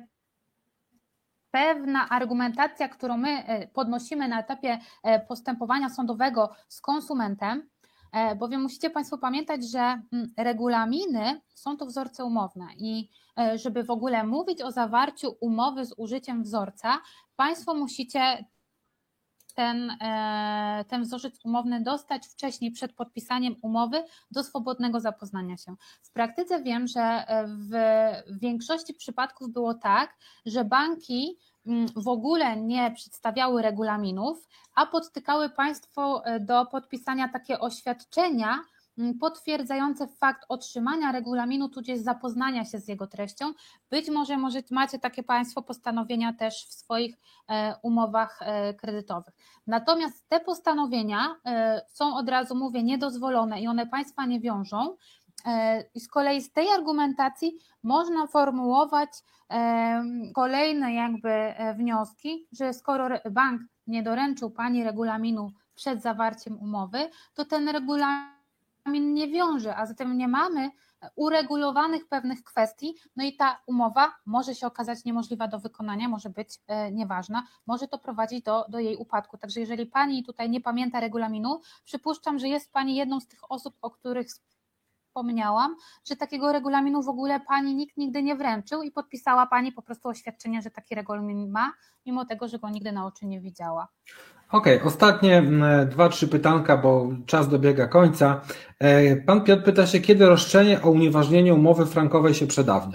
B: pewna argumentacja, którą my podnosimy na etapie postępowania sądowego z konsumentem, bowiem musicie Państwo pamiętać, że regulaminy są to wzorce umowne i żeby w ogóle mówić o zawarciu umowy z użyciem wzorca, Państwo musicie ten, ten wzorzec umowny dostać wcześniej przed podpisaniem umowy do swobodnego zapoznania się. W praktyce wiem, że w większości przypadków było tak, że banki w ogóle nie przedstawiały regulaminów, a podtykały Państwo do podpisania takie oświadczenia potwierdzające fakt otrzymania regulaminu, tudzież zapoznania się z jego treścią. Być może, może macie takie Państwo postanowienia też w swoich umowach kredytowych. Natomiast te postanowienia są, od razu mówię, niedozwolone i one Państwa nie wiążą. I z kolei z tej argumentacji można formułować kolejne jakby wnioski, że skoro bank nie doręczył Pani regulaminu przed zawarciem umowy, to ten regulamin nie wiąże, a zatem nie mamy uregulowanych pewnych kwestii, no i ta umowa może się okazać niemożliwa do wykonania, może być nieważna, może to prowadzić do, do jej upadku. Także jeżeli Pani tutaj nie pamięta regulaminu, przypuszczam, że jest Pani jedną z tych osób, o których wspomniałam, że takiego regulaminu w ogóle Pani nikt nigdy nie wręczył i podpisała Pani po prostu oświadczenie, że taki regulamin ma, mimo tego, że go nigdy na oczy nie widziała.
A: Okej, okay, ostatnie dwa, trzy pytanka, bo czas dobiega końca. Pan Piotr pyta się, kiedy roszczenie o unieważnienie umowy frankowej się przedawnia?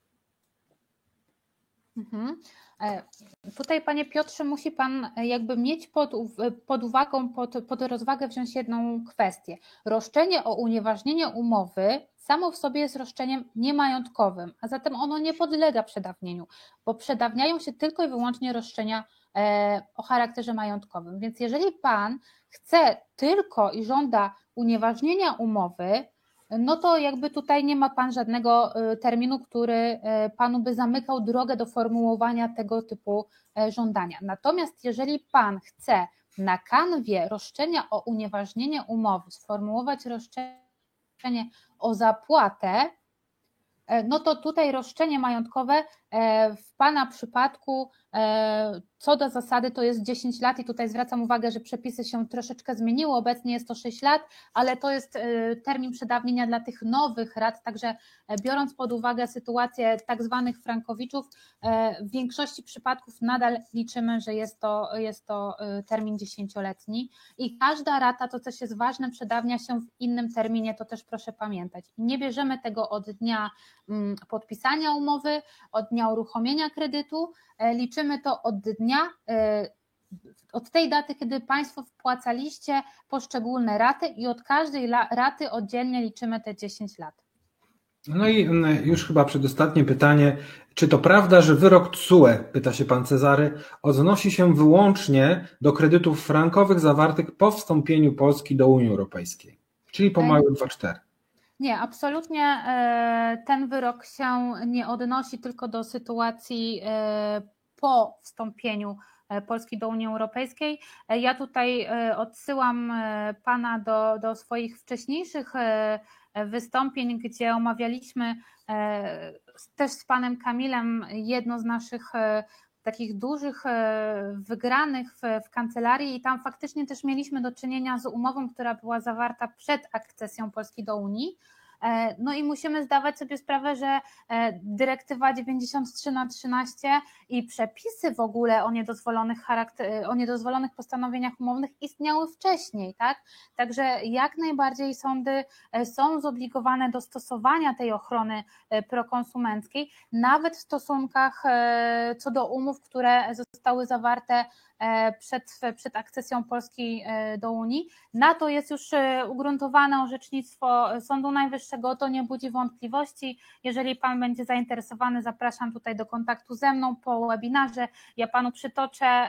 B: Mhm. Tutaj, Panie Piotrze, musi Pan jakby mieć pod, pod uwagą, pod, pod rozwagę wziąć jedną kwestię. Roszczenie o unieważnienie umowy samo w sobie jest roszczeniem niemajątkowym, a zatem ono nie podlega przedawnieniu, bo przedawniają się tylko i wyłącznie roszczenia o charakterze majątkowym. Więc jeżeli Pan chce tylko i żąda unieważnienia umowy, no to jakby tutaj nie ma Pan żadnego terminu, który Panu by zamykał drogę do formułowania tego typu żądania. Natomiast jeżeli Pan chce na kanwie roszczenia o unieważnienie umowy sformułować roszczenie o zapłatę, no to tutaj roszczenie majątkowe w Pana przypadku co do zasady to jest dziesięć lat i tutaj zwracam uwagę, że przepisy się troszeczkę zmieniły, obecnie jest to sześć lat, ale to jest termin przedawnienia dla tych nowych rat, także biorąc pod uwagę sytuację tak zwanych frankowiczów, w większości przypadków nadal liczymy, że jest to, jest to termin dziesięcioletni i każda rata, to coś jest ważne, przedawnia się w innym terminie, to też proszę pamiętać. Nie bierzemy tego od dnia podpisania umowy, od dnia uruchomienia kredytu, liczymy to od dnia, od tej daty, kiedy Państwo wpłacaliście poszczególne raty i od każdej raty oddzielnie liczymy te dziesięć lat.
A: No i już chyba przedostatnie pytanie, czy to prawda, że wyrok T S U E, pyta się Pan Cezary, odnosi się wyłącznie do kredytów frankowych zawartych po wstąpieniu Polski do Unii Europejskiej, czyli po małym dwa cztery?
B: Nie, absolutnie ten wyrok się nie odnosi tylko do sytuacji po wstąpieniu Polski do Unii Europejskiej. Ja tutaj odsyłam Pana do, do swoich wcześniejszych wystąpień, gdzie omawialiśmy też z Panem Kamilem jedno z naszych takich dużych wygranych w, w kancelarii i tam faktycznie też mieliśmy do czynienia z umową, która była zawarta przed akcesją Polski do Unii. No i musimy zdawać sobie sprawę, że dyrektywa dziewięćdziesiąt trzy na trzynaście i przepisy w ogóle o niedozwolonych charakter, o niedozwolonych postanowieniach umownych istniały wcześniej, tak? Także jak najbardziej sądy są zobligowane do stosowania tej ochrony prokonsumenckiej, nawet w stosunkach co do umów, które zostały zawarte przed, przed akcesją Polski do Unii. Na to jest już ugruntowane orzecznictwo Sądu Najwyższego, to nie budzi wątpliwości. Jeżeli Pan będzie zainteresowany, zapraszam tutaj do kontaktu ze mną po webinarze. Ja Panu przytoczę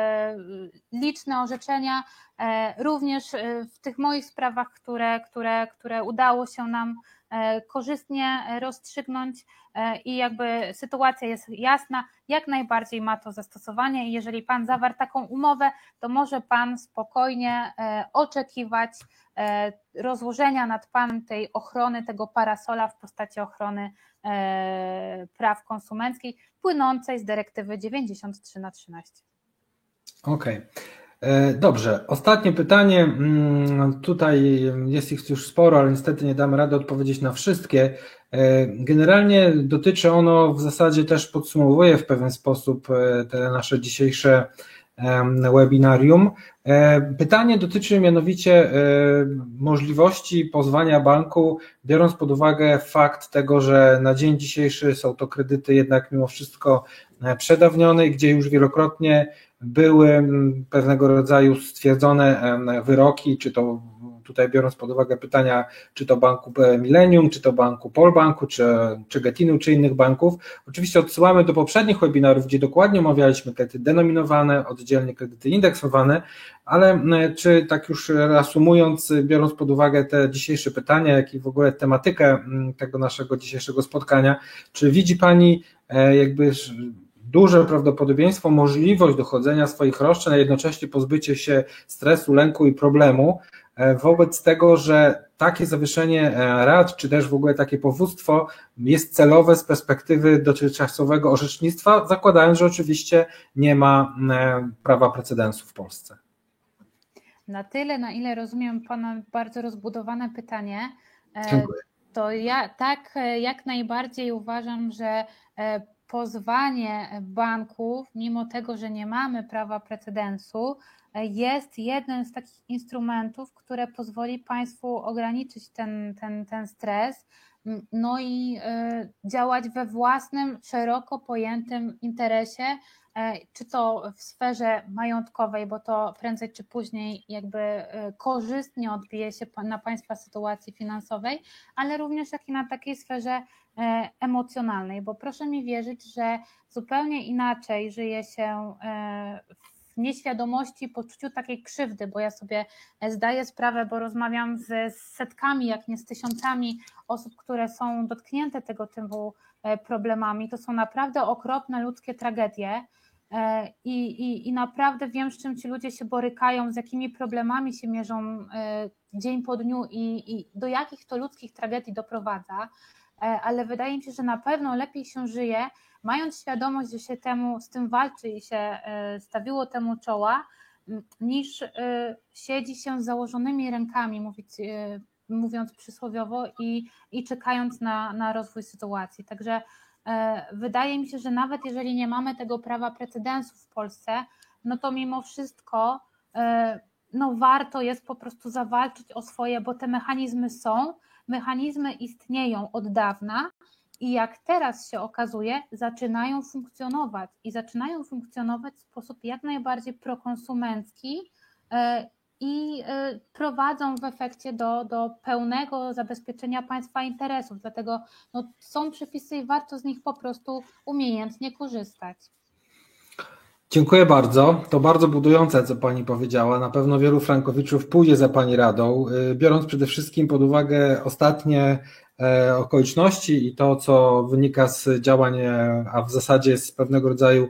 B: liczne orzeczenia, również w tych moich sprawach, które, które, które udało się nam korzystnie rozstrzygnąć i jakby sytuacja jest jasna, jak najbardziej ma to zastosowanie i jeżeli Pan zawarł taką umowę, to może Pan spokojnie oczekiwać rozłożenia nad Panem tej ochrony, tego parasola w postaci ochrony praw konsumenckich płynącej z dyrektywy dziewięćdziesiąt trzy na trzynaście.
A: Okej. Okay. Dobrze, ostatnie pytanie, tutaj jest ich już sporo, ale niestety nie damy rady odpowiedzieć na wszystkie. Generalnie dotyczy ono, w zasadzie też podsumowuje w pewien sposób te nasze dzisiejsze webinarium. Pytanie dotyczy mianowicie możliwości pozwania banku, biorąc pod uwagę fakt tego, że na dzień dzisiejszy są to kredyty jednak mimo wszystko przedawnione, gdzie już wielokrotnie były pewnego rodzaju stwierdzone wyroki, czy to tutaj biorąc pod uwagę pytania, czy to banku Millennium, czy to banku Polbanku, czy, czy Getinu, czy innych banków. Oczywiście odsyłamy do poprzednich webinarów, gdzie dokładnie omawialiśmy kredyty denominowane, oddzielnie kredyty indeksowane, ale czy tak już reasumując, biorąc pod uwagę te dzisiejsze pytania, jak i w ogóle tematykę tego naszego dzisiejszego spotkania, czy widzi Pani jakby duże prawdopodobieństwo, możliwość dochodzenia swoich roszczeń, a jednocześnie pozbycie się stresu, lęku i problemu wobec tego, że takie zawieszenie rat, czy też w ogóle takie powództwo jest celowe z perspektywy dotychczasowego orzecznictwa, zakładając, że oczywiście nie ma prawa precedensu w Polsce.
B: Na tyle, na ile rozumiem Pana bardzo rozbudowane pytanie,
A: Dziękuję.
B: To ja tak jak najbardziej uważam, że pozwanie banków, mimo tego, że nie mamy prawa precedensu, jest jednym z takich instrumentów, które pozwoli Państwu ograniczyć ten, ten, ten stres, no i działać we własnym, szeroko pojętym interesie, czy to w sferze majątkowej, bo to prędzej czy później jakby korzystnie odbije się na Państwa sytuacji finansowej, ale również jak i na takiej sferze emocjonalnej, bo proszę mi wierzyć, że zupełnie inaczej żyje się w nieświadomości, poczuciu takiej krzywdy, bo ja sobie zdaję sprawę, bo rozmawiam z setkami, jak nie z tysiącami osób, które są dotknięte tego typu problemami. To są naprawdę okropne ludzkie tragedie i, i, i naprawdę wiem, z czym ci ludzie się borykają, z jakimi problemami się mierzą dzień po dniu i, i do jakich to ludzkich tragedii doprowadza, ale wydaje mi się, że na pewno lepiej się żyje, mając świadomość, że się temu, z tym walczy i się stawiło temu czoła, niż siedzi się z założonymi rękami, mówić, mówiąc przysłowiowo, i, i czekając na, na rozwój sytuacji. Także wydaje mi się, że nawet jeżeli nie mamy tego prawa precedensu w Polsce, no to mimo wszystko no warto jest po prostu zawalczyć o swoje, bo te mechanizmy są, mechanizmy istnieją od dawna i jak teraz się okazuje, zaczynają funkcjonować i zaczynają funkcjonować w sposób jak najbardziej prokonsumencki i prowadzą w efekcie do, do pełnego zabezpieczenia państwa interesów. Dlatego no, są przepisy i warto z nich po prostu umiejętnie korzystać.
A: Dziękuję bardzo. To bardzo budujące, co Pani powiedziała. Na pewno wielu frankowiczów pójdzie za Pani radą, biorąc przede wszystkim pod uwagę ostatnie okoliczności i to, co wynika z działań, a w zasadzie z pewnego rodzaju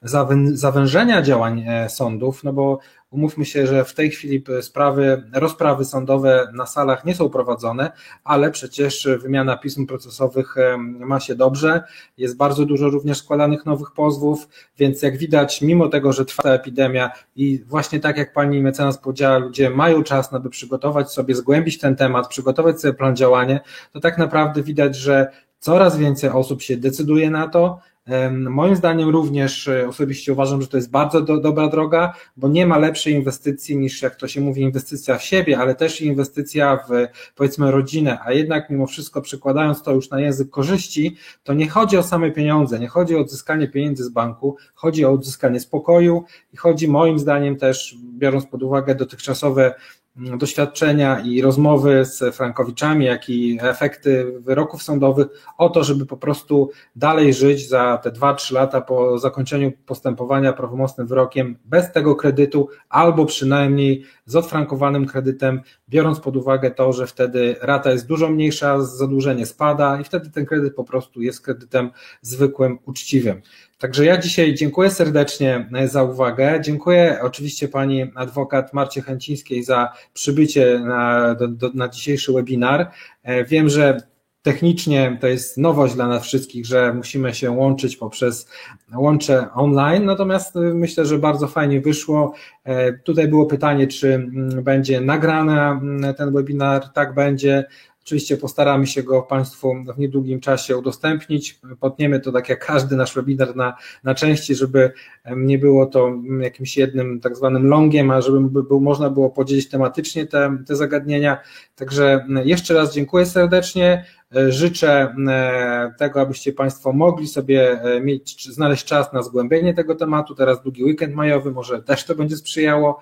A: zawężenia działań sądów, no bo umówmy się, że w tej chwili sprawy, rozprawy sądowe na salach nie są prowadzone, ale przecież wymiana pism procesowych ma się dobrze, jest bardzo dużo również składanych nowych pozwów, więc jak widać, mimo tego, że trwa ta epidemia i właśnie tak jak Pani mecenas powiedziała, ludzie mają czas, aby przygotować sobie, zgłębić ten temat, przygotować sobie plan działania, to tak naprawdę widać, że coraz więcej osób się decyduje na to. Moim zdaniem również osobiście uważam, że to jest bardzo do, dobra droga, bo nie ma lepszej inwestycji niż, jak to się mówi, inwestycja w siebie, ale też inwestycja w, powiedzmy, rodzinę, a jednak mimo wszystko przekładając to już na język korzyści, to nie chodzi o same pieniądze, nie chodzi o odzyskanie pieniędzy z banku, chodzi o odzyskanie spokoju i chodzi moim zdaniem też, biorąc pod uwagę dotychczasowe doświadczenia i rozmowy z frankowiczami, jak i efekty wyroków sądowych o to, żeby po prostu dalej żyć za te dwa trzy lata po zakończeniu postępowania prawomocnym wyrokiem bez tego kredytu albo przynajmniej z odfrankowanym kredytem, biorąc pod uwagę to, że wtedy rata jest dużo mniejsza, zadłużenie spada i wtedy ten kredyt po prostu jest kredytem zwykłym, uczciwym. Także ja dzisiaj dziękuję serdecznie za uwagę. Dziękuję oczywiście Pani adwokat Marcie Chęcińskiej za przybycie na, do, na dzisiejszy webinar. Wiem, że technicznie to jest nowość dla nas wszystkich, że musimy się łączyć poprzez łącze online, natomiast myślę, że bardzo fajnie wyszło. Tutaj było pytanie, czy będzie nagrany ten webinar. Tak będzie. Oczywiście postaramy się go Państwu w niedługim czasie udostępnić. Potniemy to tak jak każdy nasz webinar na, na części, żeby nie było to jakimś jednym tak zwanym longiem, a żeby było, można było podzielić tematycznie te, te zagadnienia. Także jeszcze raz dziękuję serdecznie. Życzę tego, abyście Państwo mogli sobie mieć, znaleźć czas na zgłębienie tego tematu. Teraz długi weekend majowy, może też to będzie sprzyjało.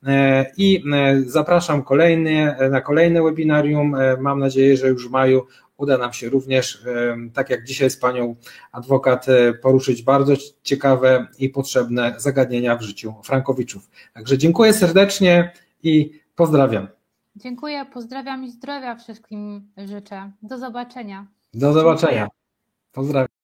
A: I zapraszam kolejny, na kolejne webinarium. Mam nadzieję, że już w maju uda nam się również, tak jak dzisiaj z Panią adwokat, poruszyć bardzo ciekawe i potrzebne zagadnienia w życiu frankowiczów. Także dziękuję serdecznie i pozdrawiam.
B: Dziękuję, pozdrawiam i zdrowia wszystkim życzę. Do zobaczenia.
A: Do zobaczenia. Pozdrawiam.